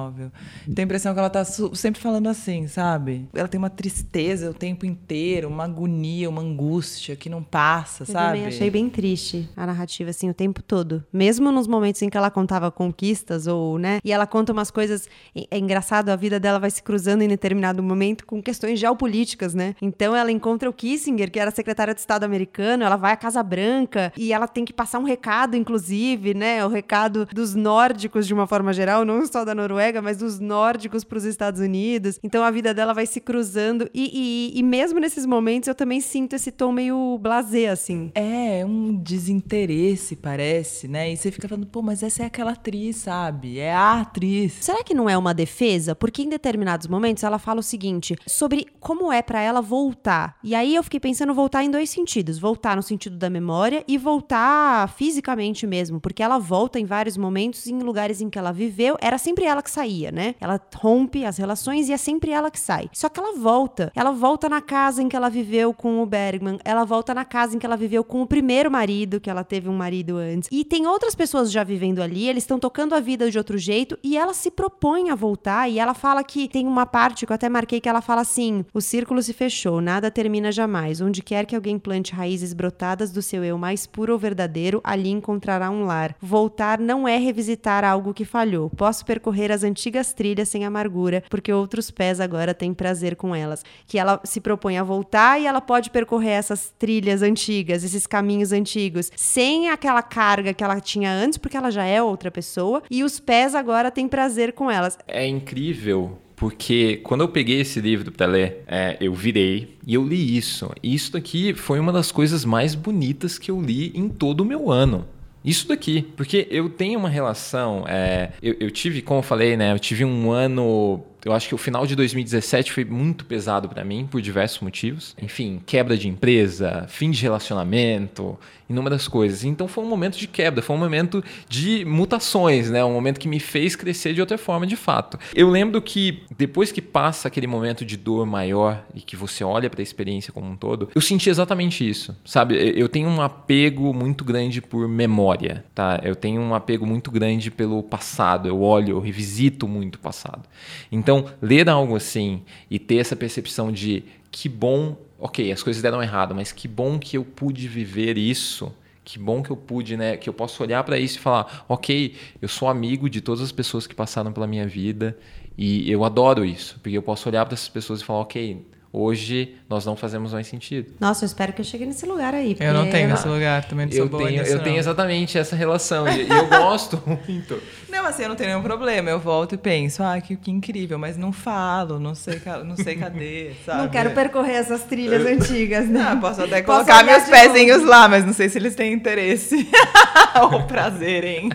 imóvel. Tenho a impressão que ela tá sempre falando assim, sabe? Ela tem uma tristeza o tempo inteiro, uma agonia, uma angústia que não passa, sabe? Eu também achei bem triste a narrativa, assim, o tempo todo. Mesmo nos momentos em que ela contava conquistas, ou, né? E ela conta umas coisas... É engraçado, a vida dela vai se cruzando em determinado momento com questões geopolíticas, né? Então ela encontra o Kissinger, que era secretário de Estado americano, ela vai à Casa Branca e ela tem que passar um recado, inclusive, né? O recado dos nórdicos, de uma forma geral, não só da Noruega, mas dos nórdicos para os Estados Unidos. Então a vida dela vai se cruzando e mesmo nesses momentos eu também sinto esse tom meio blasé, assim. É um desinteresse, parece, né? E você fica falando, pô, mas essa é aquela atriz, sabe? É a atriz. Será que não é uma defesa? Porque em determinados momentos ela fala o seguinte, sobre como é pra ela voltar. E aí eu fiquei pensando voltar em dois sentidos. Voltar no sentido da memória e voltar fisicamente mesmo. Porque ela volta em vários momentos em lugares em que ela viveu. Era sempre ela que saía, né? Ela rompe as relações e é sempre ela que sai. Só que ela volta. Ela volta na casa em que ela viveu com o Bergman. Ela volta na casa em que ela viveu com o primeiro marido, que ela teve um marido antes. E tem outras pessoas já vivendo ali. Eles estão tocando a vida de outro jeito. E ela se propõe a voltar. E ela fala que tem uma parte que eu até marquei que ela fala assim: o círculo se fechou, nada termina jamais. Onde quer que alguém plante raízes brotadas do seu eu mais puro ou verdadeiro, ali encontrará um lar. Voltar não é revisitar algo que falhou. Posso percorrer as antigas trilhas sem amargura, porque outros pés agora têm prazer com elas. Que ela se propõe a voltar e ela pode percorrer essas trilhas antigas, esses caminhos antigos, sem aquela carga que ela tinha antes, porque ela já é outra pessoa, e os pés agora têm prazer com elas. É incrível, porque quando eu peguei esse livro para ler, eu virei e eu li isso. E isso daqui foi uma das coisas mais bonitas que eu li em todo o meu ano. Isso daqui, porque eu tenho uma relação, eu tive, como eu falei, né, eu tive um ano, eu acho que o final de 2017 foi muito pesado para mim, por diversos motivos. Enfim, quebra de empresa, fim de relacionamento, inúmeras coisas. Então foi um momento de quebra, foi um momento de mutações, né, um momento que me fez crescer de outra forma, de fato. Eu lembro que depois que passa aquele momento de dor maior e que você olha para a experiência como um todo, eu senti exatamente isso, sabe? Eu tenho um apego muito grande por memória, tá? Eu tenho um apego muito grande pelo passado, eu revisito muito o passado. Então, ler algo assim e ter essa percepção de que bom, ok, as coisas deram errado, mas que bom que eu pude viver isso, que bom que eu pude, né, que eu posso olhar para isso e falar, ok, eu sou amigo de todas as pessoas que passaram pela minha vida e eu adoro isso, porque eu posso olhar para essas pessoas e falar, ok, hoje nós não fazemos mais sentido. Nossa, eu espero que eu chegue nesse lugar aí. Eu não tenho esse lugar, também não sou boa nisso, eu tenho exatamente essa relação e eu gosto muito. Não, assim, eu não tenho nenhum problema. Eu volto e penso, que incrível, mas não falo, não sei cadê, sabe? Não quero percorrer essas trilhas antigas, né? Posso até colocar meus pezinhos lá, mas não sei se eles têm interesse ou prazer em...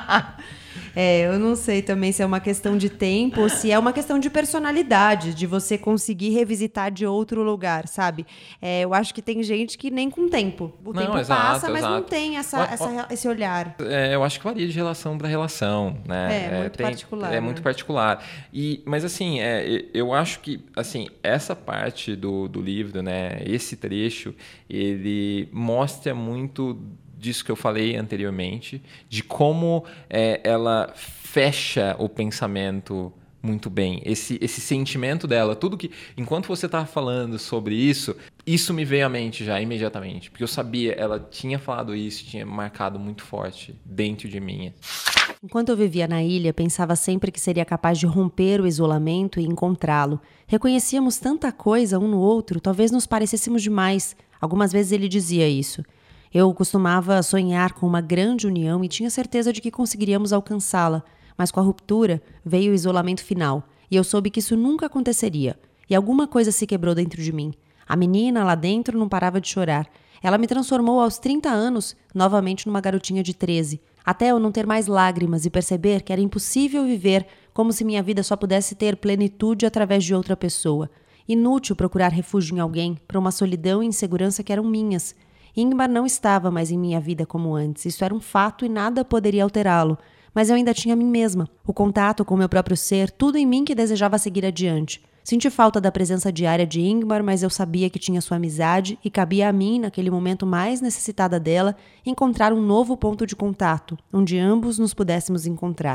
Eu não sei também se é uma questão de tempo ou se é uma questão de personalidade, de você conseguir revisitar de outro lugar, sabe? Eu acho que tem gente que nem com tempo. O tempo passa, mas não tem esse olhar. Eu acho que varia de relação para relação, né? Muito particular. É muito particular. Mas assim, eu acho que assim, essa parte do livro, né? Esse trecho, ele mostra muito disso que eu falei anteriormente, de como ela fecha o pensamento muito bem. Esse sentimento dela, tudo que... Enquanto você estava falando sobre isso me veio à mente já imediatamente, porque eu sabia, ela tinha falado isso, tinha marcado muito forte dentro de mim. Enquanto eu vivia na ilha, pensava sempre que seria capaz de romper o isolamento e encontrá-lo. Reconhecíamos tanta coisa um no outro, talvez nos parecêssemos demais. Algumas vezes ele dizia isso. Eu costumava sonhar com uma grande união e tinha certeza de que conseguiríamos alcançá-la, mas com a ruptura veio o isolamento final, e eu soube que isso nunca aconteceria. E alguma coisa se quebrou dentro de mim. A menina lá dentro não parava de chorar. Ela me transformou aos 30 anos, novamente numa garotinha de 13, até eu não ter mais lágrimas e perceber que era impossível viver como se minha vida só pudesse ter plenitude através de outra pessoa. Inútil procurar refúgio em alguém para uma solidão e insegurança que eram minhas. Ingmar não estava mais em minha vida como antes, isso era um fato e nada poderia alterá-lo, mas eu ainda tinha a mim mesma, o contato com meu próprio ser, tudo em mim que desejava seguir adiante. Senti falta da presença diária de Ingmar, mas eu sabia que tinha sua amizade e cabia a mim, naquele momento mais necessitada dela, encontrar um novo ponto de contato, onde ambos nos pudéssemos encontrar.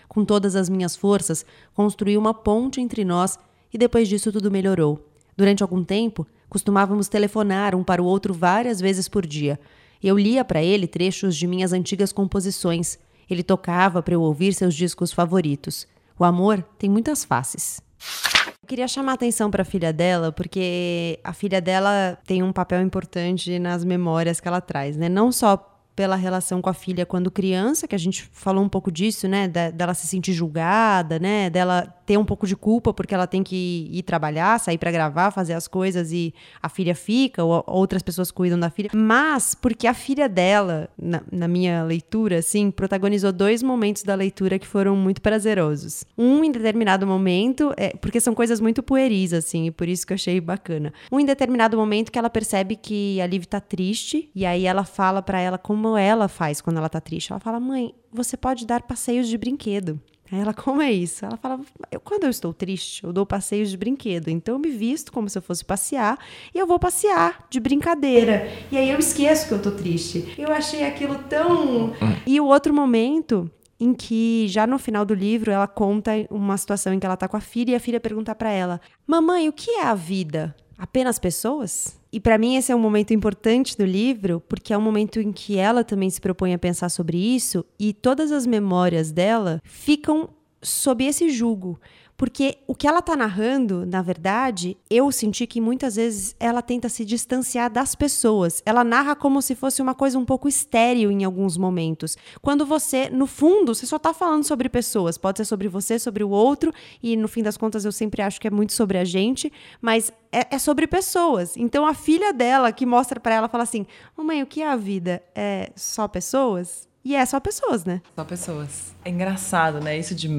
Com todas as minhas forças, construí uma ponte entre nós e depois disso tudo melhorou. Durante algum tempo, costumávamos telefonar um para o outro várias vezes por dia. Eu lia para ele trechos de minhas antigas composições. Ele tocava para eu ouvir seus discos favoritos. O amor tem muitas faces. Eu queria chamar a atenção para a filha dela, porque a filha dela tem um papel importante nas memórias que ela traz, né? Não só pela relação com a filha quando criança, que a gente falou um pouco disso, né? Dela se sentir julgada, né? Dela ter um pouco de culpa porque ela tem que ir trabalhar, sair para gravar, fazer as coisas e a filha fica, ou outras pessoas cuidam da filha. Mas porque a filha dela, na minha leitura, assim, protagonizou 2 momentos da leitura que foram muito prazerosos. Um em determinado momento, porque são coisas muito pueris, assim, e por isso que eu achei bacana. Um em determinado momento que ela percebe que a Liv tá triste, e aí ela fala para ela como ela faz quando ela tá triste. Ela fala, mãe, você pode dar passeios de brinquedo. Aí ela, como é isso? Ela fala, quando eu estou triste, eu dou passeios de brinquedo. Então eu me visto como se eu fosse passear e eu vou passear de brincadeira. E aí eu esqueço que eu tô triste. Eu achei aquilo tão... E o outro momento em que, já no final do livro, ela conta uma situação em que ela tá com a filha e a filha pergunta pra ela, mamãe, o que é a vida? Apenas pessoas? E para mim esse é um momento importante do livro, porque é um momento em que ela também se propõe a pensar sobre isso e todas as memórias dela ficam sob esse julgo. Porque o que ela tá narrando, na verdade, eu senti que muitas vezes ela tenta se distanciar das pessoas. Ela narra como se fosse uma coisa um pouco estéril em alguns momentos. Quando você, no fundo, você só tá falando sobre pessoas. Pode ser sobre você, sobre o outro, e no fim das contas eu sempre acho que é muito sobre a gente, mas é sobre pessoas. Então a filha dela, que mostra pra ela, fala assim, mamãe, o que é a vida? É só pessoas? E é só pessoas, né? Só pessoas. É engraçado, né? Isso de...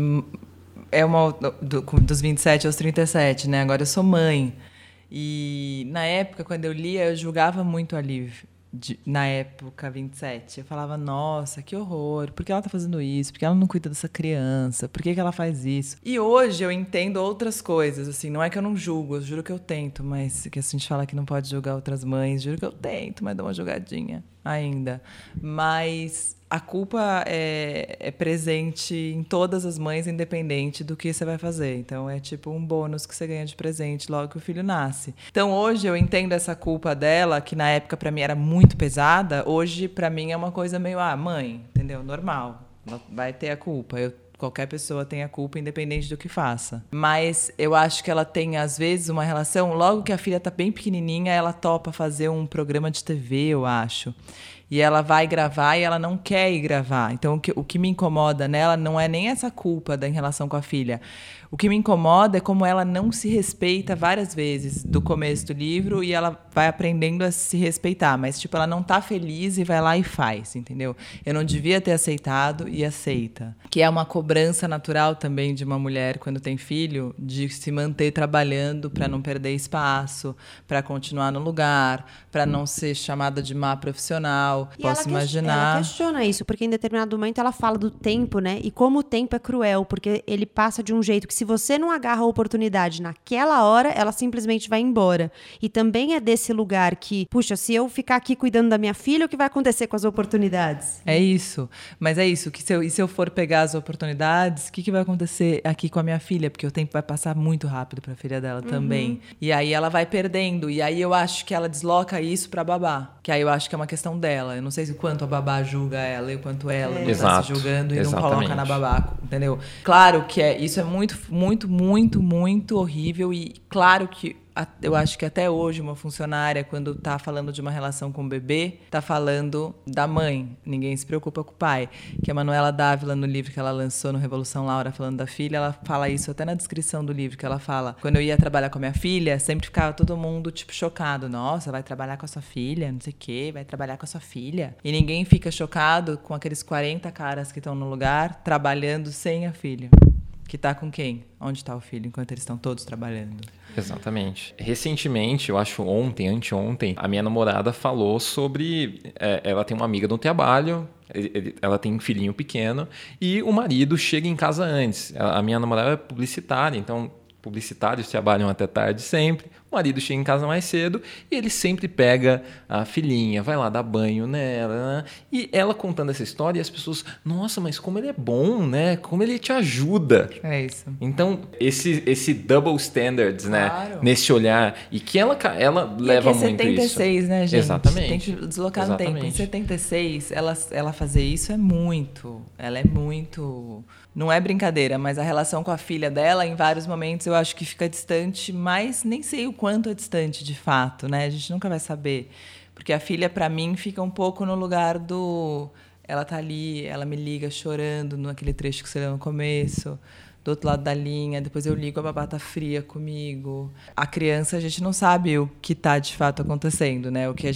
dos 27 aos 37, né? Agora eu sou mãe. E na época, quando eu lia, eu julgava muito a Liv. Na época, 27. Eu falava, nossa, que horror. Por que ela tá fazendo isso? Por que ela não cuida dessa criança? Por que ela faz isso? E hoje eu entendo outras coisas, assim. Não é que eu não julgo, eu juro que eu tento. Mas que a gente fala que não pode julgar outras mães. Juro que eu tento, mas dou uma jogadinha ainda. Mas... a culpa é presente em todas as mães, independente do que você vai fazer. Então, é tipo um bônus que você ganha de presente logo que o filho nasce. Então, hoje eu entendo essa culpa dela, que na época pra mim era muito pesada. Hoje, pra mim, é uma coisa meio, mãe, entendeu? Normal. Ela vai ter a culpa. Qualquer pessoa tem a culpa, independente do que faça. Mas eu acho que ela tem, às vezes, uma relação... Logo que a filha tá bem pequenininha, ela topa fazer um programa de TV, eu acho. E ela vai gravar e ela não quer ir gravar. Então, o que me incomoda nela não é nem essa culpa em relação com a filha. O que me incomoda é como ela não se respeita várias vezes do começo do livro e ela vai aprendendo a se respeitar. Mas, tipo, ela não tá feliz e vai lá e faz, entendeu? Eu não devia ter aceitado e aceita. Que é uma cobrança natural também de uma mulher, quando tem filho, de se manter trabalhando para não perder espaço, para continuar no lugar, para não ser chamada de má profissional. E posso imaginar. Ela questiona isso, porque em determinado momento ela fala do tempo, né? E como o tempo é cruel, porque ele passa de um jeito que se você não agarra a oportunidade naquela hora, ela simplesmente vai embora. E também é desse lugar que, puxa, se eu ficar aqui cuidando da minha filha, o que vai acontecer com as oportunidades? É isso. Mas é isso, que se eu for pegar as oportunidades, o que vai acontecer aqui com a minha filha? Porque o tempo vai passar muito rápido para a filha dela também. E aí ela vai perdendo. E aí eu acho que ela desloca isso para babá. Que aí eu acho que é uma questão dela. Eu não sei o quanto a babá julga ela e o quanto ela não está se julgando e não coloca na babá, entendeu? Claro que isso é muito, muito, muito, muito horrível e claro que eu acho que até hoje uma funcionária, quando está falando de uma relação com o bebê, está falando da mãe. Ninguém se preocupa com o pai. Que a Manuela Dávila, no livro que ela lançou no Revolução Laura, falando da filha, ela fala isso até na descrição do livro, que ela fala, quando eu ia trabalhar com a minha filha, sempre ficava todo mundo, tipo, chocado. Nossa, vai trabalhar com a sua filha, não sei o quê, vai trabalhar com a sua filha. E ninguém fica chocado com aqueles 40 caras que estão no lugar, trabalhando sem a filha. Que tá com quem? Onde tá o filho enquanto eles estão todos trabalhando? Exatamente. Recentemente, eu acho anteontem, a minha namorada falou sobre... ela tem uma amiga no trabalho, ela tem um filhinho pequeno, e o marido chega em casa antes. A minha namorada é publicitária, então... publicitários trabalham até tarde sempre, o marido chega em casa mais cedo e ele sempre pega a filhinha, vai lá dar banho nela, né? E ela contando essa história e as pessoas, nossa, mas como ele é bom, né? Como ele te ajuda. É isso. Então, esse double standards, Claro. né? Nesse olhar, e que ela leva muito isso. 76, né, gente? Exatamente. Tem que deslocar no tempo. Em 76, ela fazer isso é muito... Ela é muito... Não é brincadeira, mas a relação com a filha dela, em vários momentos, eu acho que fica distante, mas nem sei o quanto é distante, de fato, né? A gente nunca vai saber. Porque a filha, para mim, fica um pouco no lugar do... Ela tá ali, ela me liga chorando naquele trecho que você leu no começo, do outro lado da linha, depois eu ligo, a babá tá fria comigo. A criança, a gente não sabe o que tá de fato acontecendo, né? O que a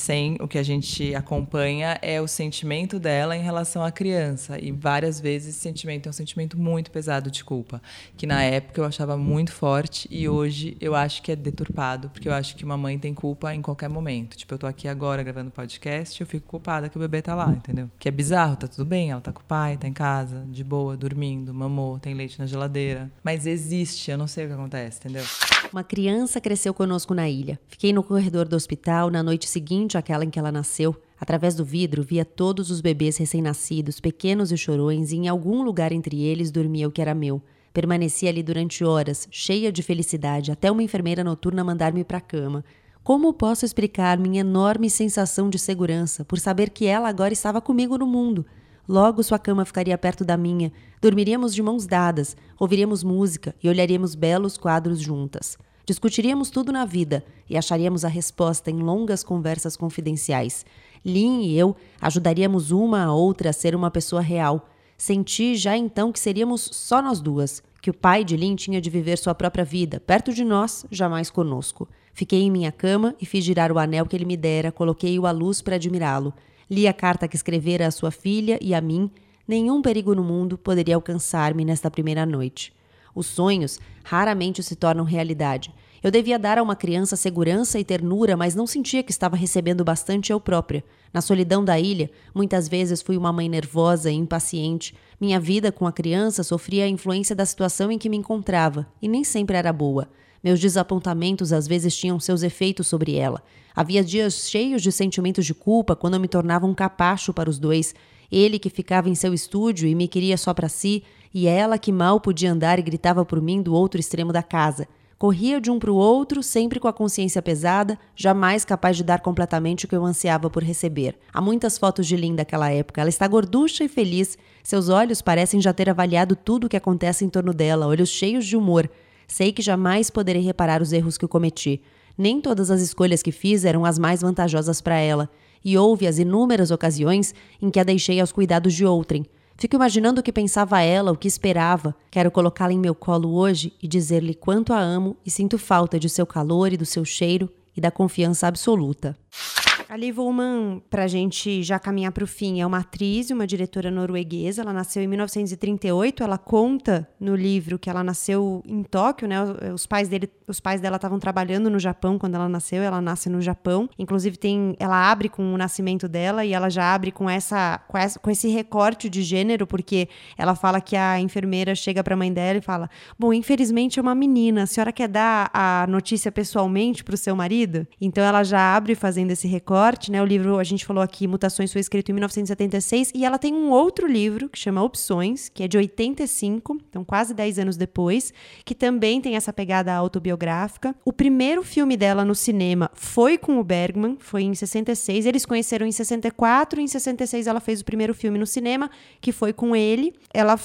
gente acompanha é o sentimento dela em relação à criança. E várias vezes esse sentimento é um sentimento muito pesado de culpa, que na época eu achava muito forte e hoje eu acho que é deturpado, porque eu acho que uma mãe tem culpa em qualquer momento. Tipo, eu tô aqui agora gravando podcast, eu fico culpada que o bebê tá lá, entendeu? Que é bizarro, tá tudo bem, ela tá com o pai, tá em casa, de boa, dormindo, mamou, tem leite na geladeira. Mas existe, eu não sei o que acontece, entendeu? Uma criança cresceu conosco na ilha. Fiquei no corredor do hospital na noite seguinte àquela em que ela nasceu. Através do vidro, via todos os bebês recém-nascidos, pequenos e chorões, e em algum lugar entre eles dormia o que era meu. Permaneci ali durante horas, cheia de felicidade, até uma enfermeira noturna mandar-me para a cama. Como posso explicar minha enorme sensação de segurança por saber que ela agora estava comigo no mundo? Logo sua cama ficaria perto da minha, dormiríamos de mãos dadas, ouviríamos música e olharíamos belos quadros juntas. Discutiríamos tudo na vida e acharíamos a resposta em longas conversas confidenciais. Lynn e eu ajudaríamos uma a outra a ser uma pessoa real. Senti já então que seríamos só nós duas, que o pai de Lynn tinha de viver sua própria vida, perto de nós, jamais conosco. Fiquei em minha cama e fiz girar o anel que ele me dera, coloquei-o à luz para admirá-lo. Li a carta que escrevera à sua filha e a mim. Nenhum perigo no mundo poderia alcançar-me nesta primeira noite. Os sonhos raramente se tornam realidade. Eu devia dar a uma criança segurança e ternura, mas não sentia que estava recebendo bastante eu própria. Na solidão da ilha, muitas vezes fui uma mãe nervosa e impaciente. Minha vida com a criança sofria a influência da situação em que me encontrava, e nem sempre era boa. Meus desapontamentos às vezes tinham seus efeitos sobre ela. Havia dias cheios de sentimentos de culpa quando eu me tornava um capacho para os dois. Ele que ficava em seu estúdio e me queria só para si, e ela que mal podia andar e gritava por mim do outro extremo da casa. Corria de um para o outro, sempre com a consciência pesada, jamais capaz de dar completamente o que eu ansiava por receber. Há muitas fotos de Lynn daquela época. Ela está gorducha e feliz. Seus olhos parecem já ter avaliado tudo o que acontece em torno dela, olhos cheios de humor. Sei que jamais poderei reparar os erros que eu cometi. Nem todas as escolhas que fiz eram as mais vantajosas para ela, e houve as inúmeras ocasiões em que a deixei aos cuidados de outrem. Fico imaginando o que pensava ela, o que esperava. Quero colocá-la em meu colo hoje e dizer-lhe quanto a amo e sinto falta de seu calor e do seu cheiro e da confiança absoluta. A Liv Ullmann, pra gente já caminhar pro fim, é uma atriz e uma diretora norueguesa. Ela nasceu em 1938. Ela conta no livro que ela nasceu em Tóquio, né? Os pais dela estavam trabalhando no Japão quando ela nasceu. Ela nasce no Japão. Inclusive, ela abre com o nascimento dela e ela já abre com esse recorte de gênero, porque ela fala que a enfermeira chega pra mãe dela e fala: bom, infelizmente é uma menina. A senhora quer dar a notícia pessoalmente pro seu marido? Então, ela já abre fazendo esse recorte. Né? O livro, a gente falou aqui, Mutações, foi escrito em 1976, e ela tem um outro livro que chama Opções, que é de 85, então quase 10 anos depois, que também tem essa pegada autobiográfica. O primeiro filme dela no cinema foi com o Bergman, foi em 66, eles conheceram em 64, em 66 ela fez o primeiro filme no cinema, que foi com ele. Ela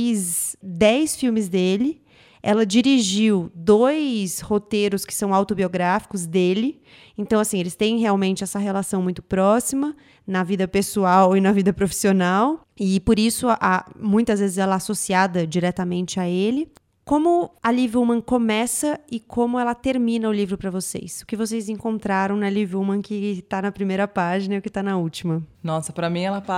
fez 10 filmes dele. Ela dirigiu 2 roteiros que são autobiográficos dele. Então, assim, eles têm realmente essa relação muito próxima na vida pessoal e na vida profissional. E, por isso, muitas vezes ela é associada diretamente a ele. Como a Liv Ullmann começa e como ela termina o livro para vocês? O que vocês encontraram na Liv Ullmann que está na primeira página e o que está na última? Nossa, para mim ela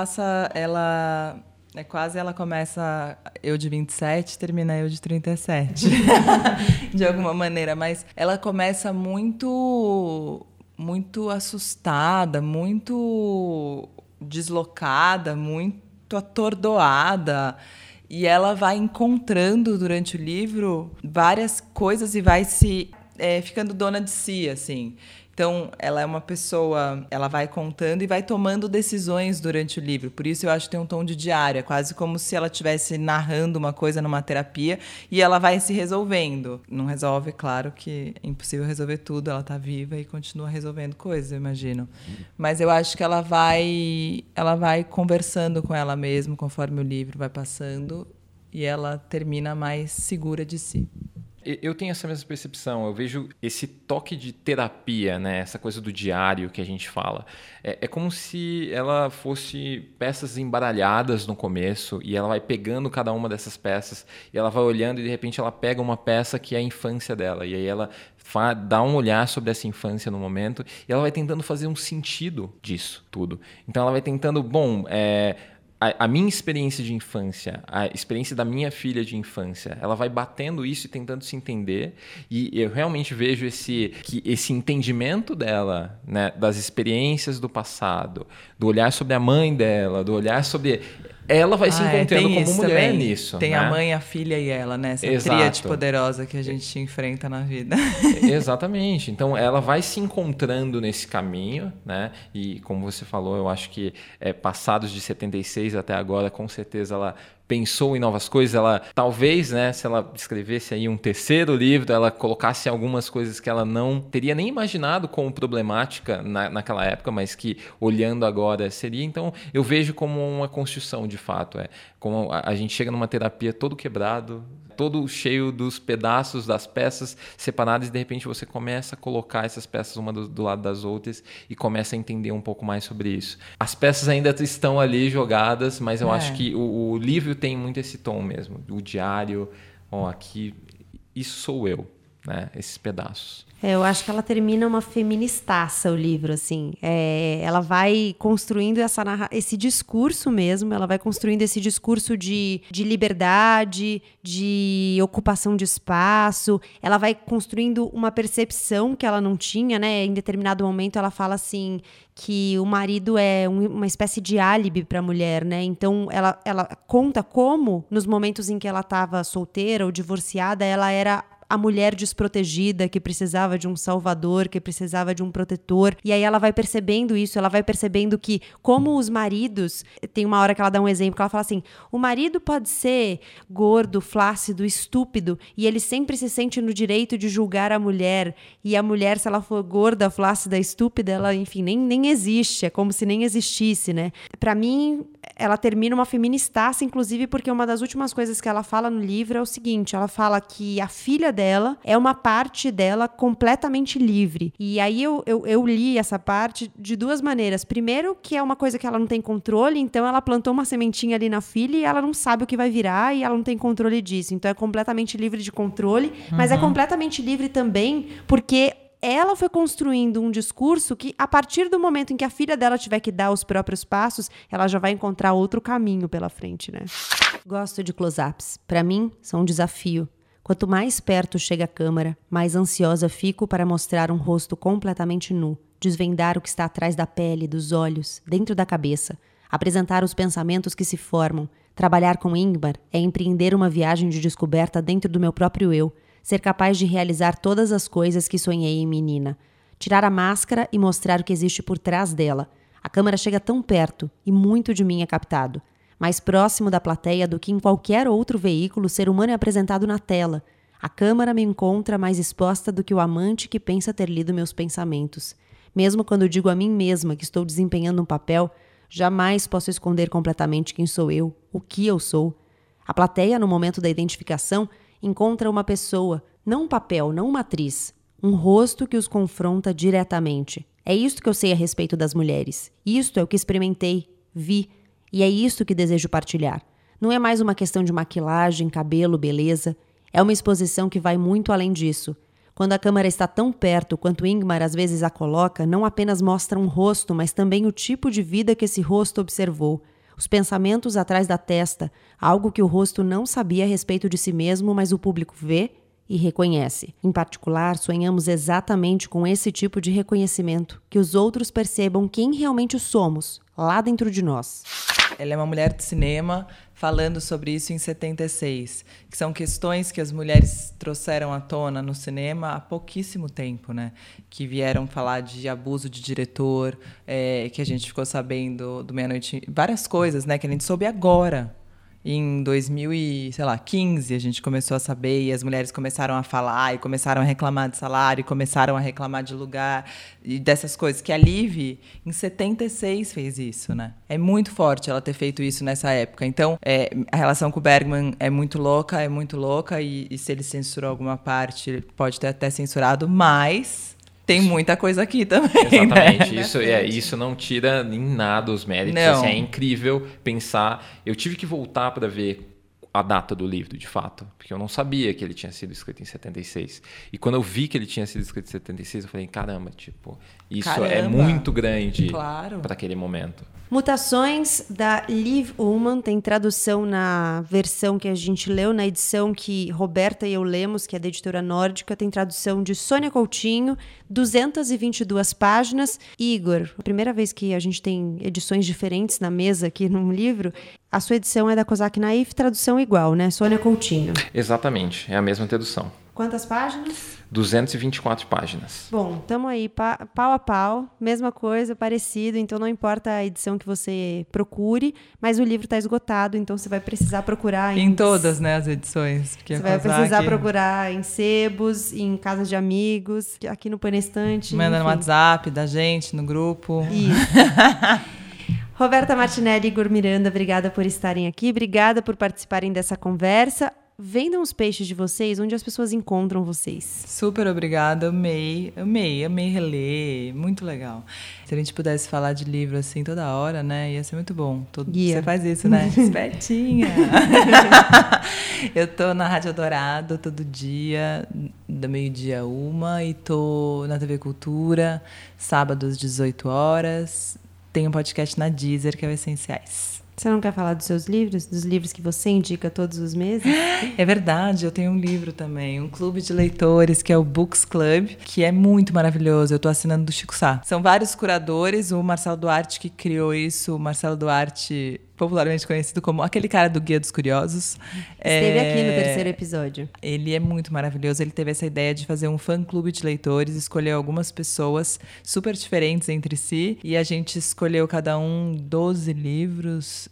começa eu de 27, termina eu de 37, de alguma maneira. Mas ela começa muito assustada, muito deslocada, muito atordoada. E ela vai encontrando durante o livro várias coisas e vai se ficando dona de si, assim. Então, ela é uma pessoa, ela vai contando e vai tomando decisões durante o livro. Por isso eu acho que tem um tom de diário. É quase como se ela estivesse narrando uma coisa numa terapia e ela vai se resolvendo. Não resolve, claro que é impossível resolver tudo. Ela está viva e continua resolvendo coisas, eu imagino. Mas eu acho que ela vai conversando com ela mesma conforme o livro vai passando e ela termina mais segura de si. Eu tenho essa mesma percepção. Eu vejo esse toque de terapia, né? Essa coisa do diário que a gente fala. É como se ela fosse peças embaralhadas no começo e ela vai pegando cada uma dessas peças e ela vai olhando e de repente ela pega uma peça que é a infância dela e aí ela dá um olhar sobre essa infância no momento e ela vai tentando fazer um sentido disso tudo. Então ela vai tentando, a minha experiência de infância, a experiência da minha filha de infância, ela vai batendo isso e tentando se entender. E eu realmente vejo esse entendimento dela, né, das experiências do passado, do olhar sobre a mãe dela, do olhar sobre... Ela vai se encontrando como mulher também. Nisso. Tem, né? A mãe, a filha e ela, né? Essa tríade poderosa que a gente enfrenta na vida. Exatamente. Então, ela vai se encontrando nesse caminho, né? E, como você falou, eu acho que passados de 76 até agora, com certeza ela pensou em novas coisas. Ela, talvez, né, se ela escrevesse aí um terceiro livro, ela colocasse algumas coisas que ela não teria nem imaginado como problemática naquela época, mas que, olhando agora, seria. Então, eu vejo como uma construção, de fato. Como a gente chega numa terapia todo quebrado, todo cheio dos pedaços das peças separadas e de repente você começa a colocar essas peças uma do lado das outras e começa a entender um pouco mais sobre isso. As peças ainda estão ali jogadas, mas eu acho que o livro tem muito esse tom mesmo, o diário, aqui, isso sou eu, né? Esses pedaços. Eu acho que ela termina uma feministaça, o livro, assim. Ela vai construindo esse discurso mesmo, ela vai construindo esse discurso de liberdade, de ocupação de espaço, ela vai construindo uma percepção que ela não tinha, né? Em determinado momento ela fala assim, que o marido é uma espécie de álibi para a mulher, né? Então ela conta como, nos momentos em que ela estava solteira ou divorciada, ela era a mulher desprotegida, que precisava de um salvador, que precisava de um protetor. E aí ela vai percebendo isso, ela vai percebendo que, como os maridos... Tem uma hora que ela dá um exemplo, que ela fala assim, o marido pode ser gordo, flácido, estúpido, e ele sempre se sente no direito de julgar a mulher. E a mulher, se ela for gorda, flácida, estúpida, ela, enfim, nem existe. É como se nem existisse, né? Pra mim, ela termina uma feministaça, inclusive, porque uma das últimas coisas que ela fala no livro é o seguinte, ela fala que a filha dela é uma parte dela completamente livre. E aí eu li essa parte de duas maneiras. Primeiro, que é uma coisa que ela não tem controle, então ela plantou uma sementinha ali na filha e ela não sabe o que vai virar e ela não tem controle disso. Então é completamente livre de controle, mas é completamente livre também porque ela foi construindo um discurso que, a partir do momento em que a filha dela tiver que dar os próprios passos, ela já vai encontrar outro caminho pela frente, né? Gosto de close-ups. Para mim, são um desafio. Quanto mais perto chega a câmera, mais ansiosa fico para mostrar um rosto completamente nu, desvendar o que está atrás da pele, dos olhos, dentro da cabeça, apresentar os pensamentos que se formam. Trabalhar com Ingmar é empreender uma viagem de descoberta dentro do meu próprio eu, ser capaz de realizar todas as coisas que sonhei em menina, tirar a máscara e mostrar o que existe por trás dela. A câmera chega tão perto e muito de mim é captado. Mais próximo da plateia do que em qualquer outro veículo, o ser humano é apresentado na tela. A câmera me encontra mais exposta do que o amante que pensa ter lido meus pensamentos. Mesmo quando digo a mim mesma que estou desempenhando um papel, jamais posso esconder completamente quem sou eu, o que eu sou. A plateia, no momento da identificação, encontra uma pessoa, não um papel, não uma atriz, um rosto que os confronta diretamente. É isto que eu sei a respeito das mulheres. Isto é o que experimentei, vi, e é isto que desejo partilhar. Não é mais uma questão de maquilagem, cabelo, beleza. É uma exposição que vai muito além disso. Quando a câmera está tão perto quanto Ingmar às vezes a coloca, não apenas mostra um rosto, mas também o tipo de vida que esse rosto observou. Os pensamentos atrás da testa, algo que o rosto não sabia a respeito de si mesmo, mas o público vê e reconhece. Em particular, sonhamos exatamente com esse tipo de reconhecimento, que os outros percebam quem realmente somos, lá dentro de nós. Ela é uma mulher de cinema, falando sobre isso em 76, que são questões que as mulheres trouxeram à tona no cinema há pouquíssimo tempo, né? Que vieram falar de abuso de diretor, que a gente ficou sabendo do Meia-Noite, várias coisas, né? Que a gente soube agora. Em 2015, a gente começou a saber e as mulheres começaram a falar e começaram a reclamar de salário, e começaram a reclamar de lugar e dessas coisas. Que a Liv, em 76, fez isso, né? É muito forte ela ter feito isso nessa época. Então, a relação com o Bergman é muito louca e se ele censurou alguma parte, ele pode ter até censurado, mas... Tem muita coisa aqui também. Exatamente. Né? Isso não tira em nada os méritos. Não. Assim, é incrível pensar. Eu tive que voltar para ver a data do livro, de fato, porque eu não sabia que ele tinha sido escrito em 76. E quando eu vi que ele tinha sido escrito em 76, eu falei, caramba, isso é muito grande para aquele momento. Mutações, da Liv Ullmann, tem tradução na versão que a gente leu, na edição que Roberta e eu lemos, que é da editora nórdica, tem tradução de Sônia Coutinho, 222 páginas. Igor, a primeira vez que a gente tem edições diferentes na mesa aqui num livro, a sua edição é da Kozak Naif, tradução igual, né? Sônia Coutinho. Exatamente, é a mesma tradução. Quantas páginas? 224 páginas. Bom, estamos aí pau a pau, mesma coisa, parecido, então não importa a edição que você procure, mas o livro está esgotado, então você vai precisar procurar em todas, né, as edições. Você vai precisar procurar em sebos, em casas de amigos, aqui no Panestante. Manda no WhatsApp da gente, no grupo. Isso. Roberta Martinelli e Igor Miranda, obrigada por estarem aqui, obrigada por participarem dessa conversa. Vendam os peixes de vocês, onde as pessoas encontram vocês. Super obrigada, amei reler, muito legal. Se a gente pudesse falar de livro assim toda hora, né, ia ser muito bom. Você faz isso, né? Espertinha. Eu tô na Rádio Dourado todo dia, do meio-dia 1h, e tô na TV Cultura, sábados, 18 horas. Tem um podcast na Deezer, que é o Essenciais. Você não quer falar dos seus livros? Dos livros que você indica todos os meses? É verdade, eu tenho um livro também, um clube de leitores, que é o Books Club, que é muito maravilhoso. Eu estou assinando do Chico Sá. São vários curadores, o Marcelo Duarte que criou isso, o Marcelo Duarte, popularmente conhecido como aquele cara do Guia dos Curiosos. Esteve aqui no terceiro episódio. Ele é muito maravilhoso. Ele teve essa ideia de fazer um fã-clube de leitores, escolheu algumas pessoas super diferentes entre si, e a gente escolheu cada um 12 livros,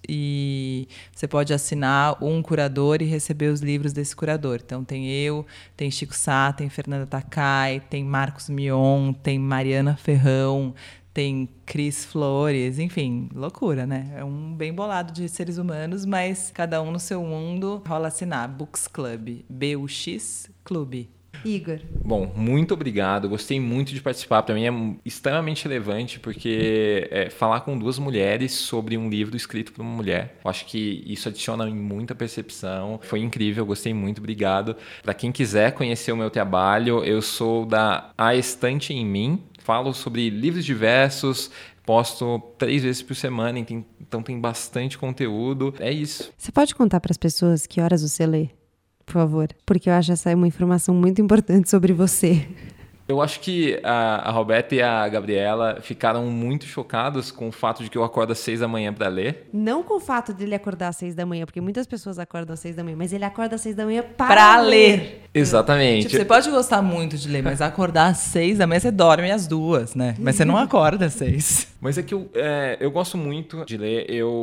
e você pode assinar um curador e receber os livros desse curador. Então tem eu, tem Chico Sá, tem Fernanda Takai, tem Marcos Mion, tem Mariana Ferrão, tem Cris Flores, enfim, loucura, né? É um bem bolado de seres humanos, mas cada um no seu mundo. Rola assinar, Books Club, B-U-X Clube. Igor. Bom, muito obrigado. Gostei muito de participar. Para mim é extremamente relevante, porque falar com duas mulheres sobre um livro escrito por uma mulher, eu acho que isso adiciona muita percepção. Foi incrível, gostei muito, obrigado. Para quem quiser conhecer o meu trabalho, eu sou da A Estante em Mim. Falo sobre livros diversos, posto 3 vezes por semana, então tem bastante conteúdo. É isso. Você pode contar para as pessoas que horas você lê? Por favor, porque eu acho essa uma informação muito importante sobre você. Eu acho que a Roberta e a Gabriela ficaram muito chocadas com o fato de que eu acordo às 6 da manhã para ler. Não com o fato de ele acordar às 6 da manhã, porque muitas pessoas acordam às 6 da manhã, mas ele acorda às 6 da manhã para ler. Exatamente. Tipo, você pode gostar muito de ler, mas acordar às 6 da manhã, você dorme às 2, né? Mas você não acorda às 6. Mas é que eu gosto muito de ler.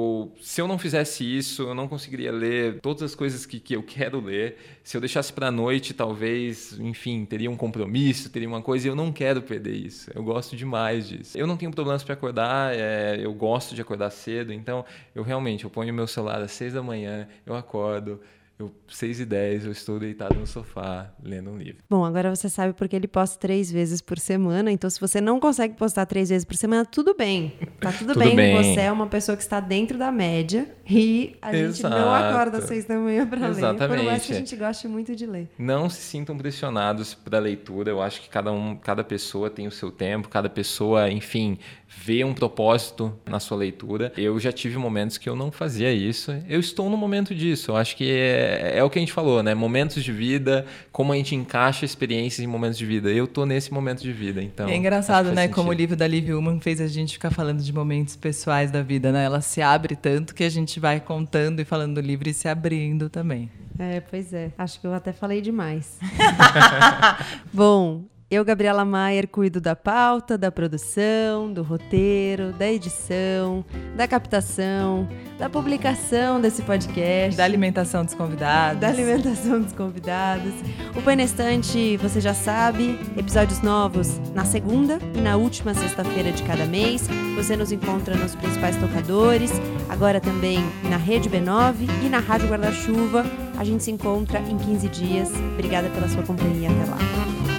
Se eu não fizesse isso, eu não conseguiria ler todas as coisas que eu quero ler. Se eu deixasse para a noite, talvez, enfim, teria um compromisso, teria uma coisa, e eu não quero perder isso. Eu gosto demais disso. Eu não tenho problemas para acordar, eu gosto de acordar cedo, então eu ponho meu celular às 6 da manhã, eu acordo. 6h10, eu estou deitado no sofá, lendo um livro. Bom, agora você sabe porque ele posta 3 vezes por semana, então se você não consegue postar 3 vezes por semana, tudo bem. Tá tudo bem. Você é uma pessoa que está dentro da média e a gente não acorda às 6 da manhã para ler. Por mais que a gente goste muito de ler. Não se sintam pressionados para a leitura. Eu acho que cada pessoa tem o seu tempo, cada pessoa, enfim, vê um propósito na sua leitura. Eu já tive momentos que eu não fazia isso. Eu estou no momento disso. Eu acho que é o que a gente falou, né? Momentos de vida, como a gente encaixa experiências em momentos de vida. Eu tô nesse momento de vida, então... É engraçado, né? Como o livro da Liv Ullmann fez a gente ficar falando de momentos pessoais da vida, né? Ela se abre tanto que a gente gente vai contando e falando do livro e se abrindo também. Pois é. Acho que eu até falei demais. Bom, eu, Gabriela Maier, cuido da pauta, da produção, do roteiro, da edição, da captação, da publicação desse podcast. Da alimentação dos convidados. O Põe na Estante, você já sabe, episódios novos na segunda e na última sexta-feira de cada mês. Você nos encontra nos principais tocadores, agora também na Rede B9 e na Rádio Guarda-Chuva. A gente se encontra em 15 dias. Obrigada pela sua companhia. Até lá.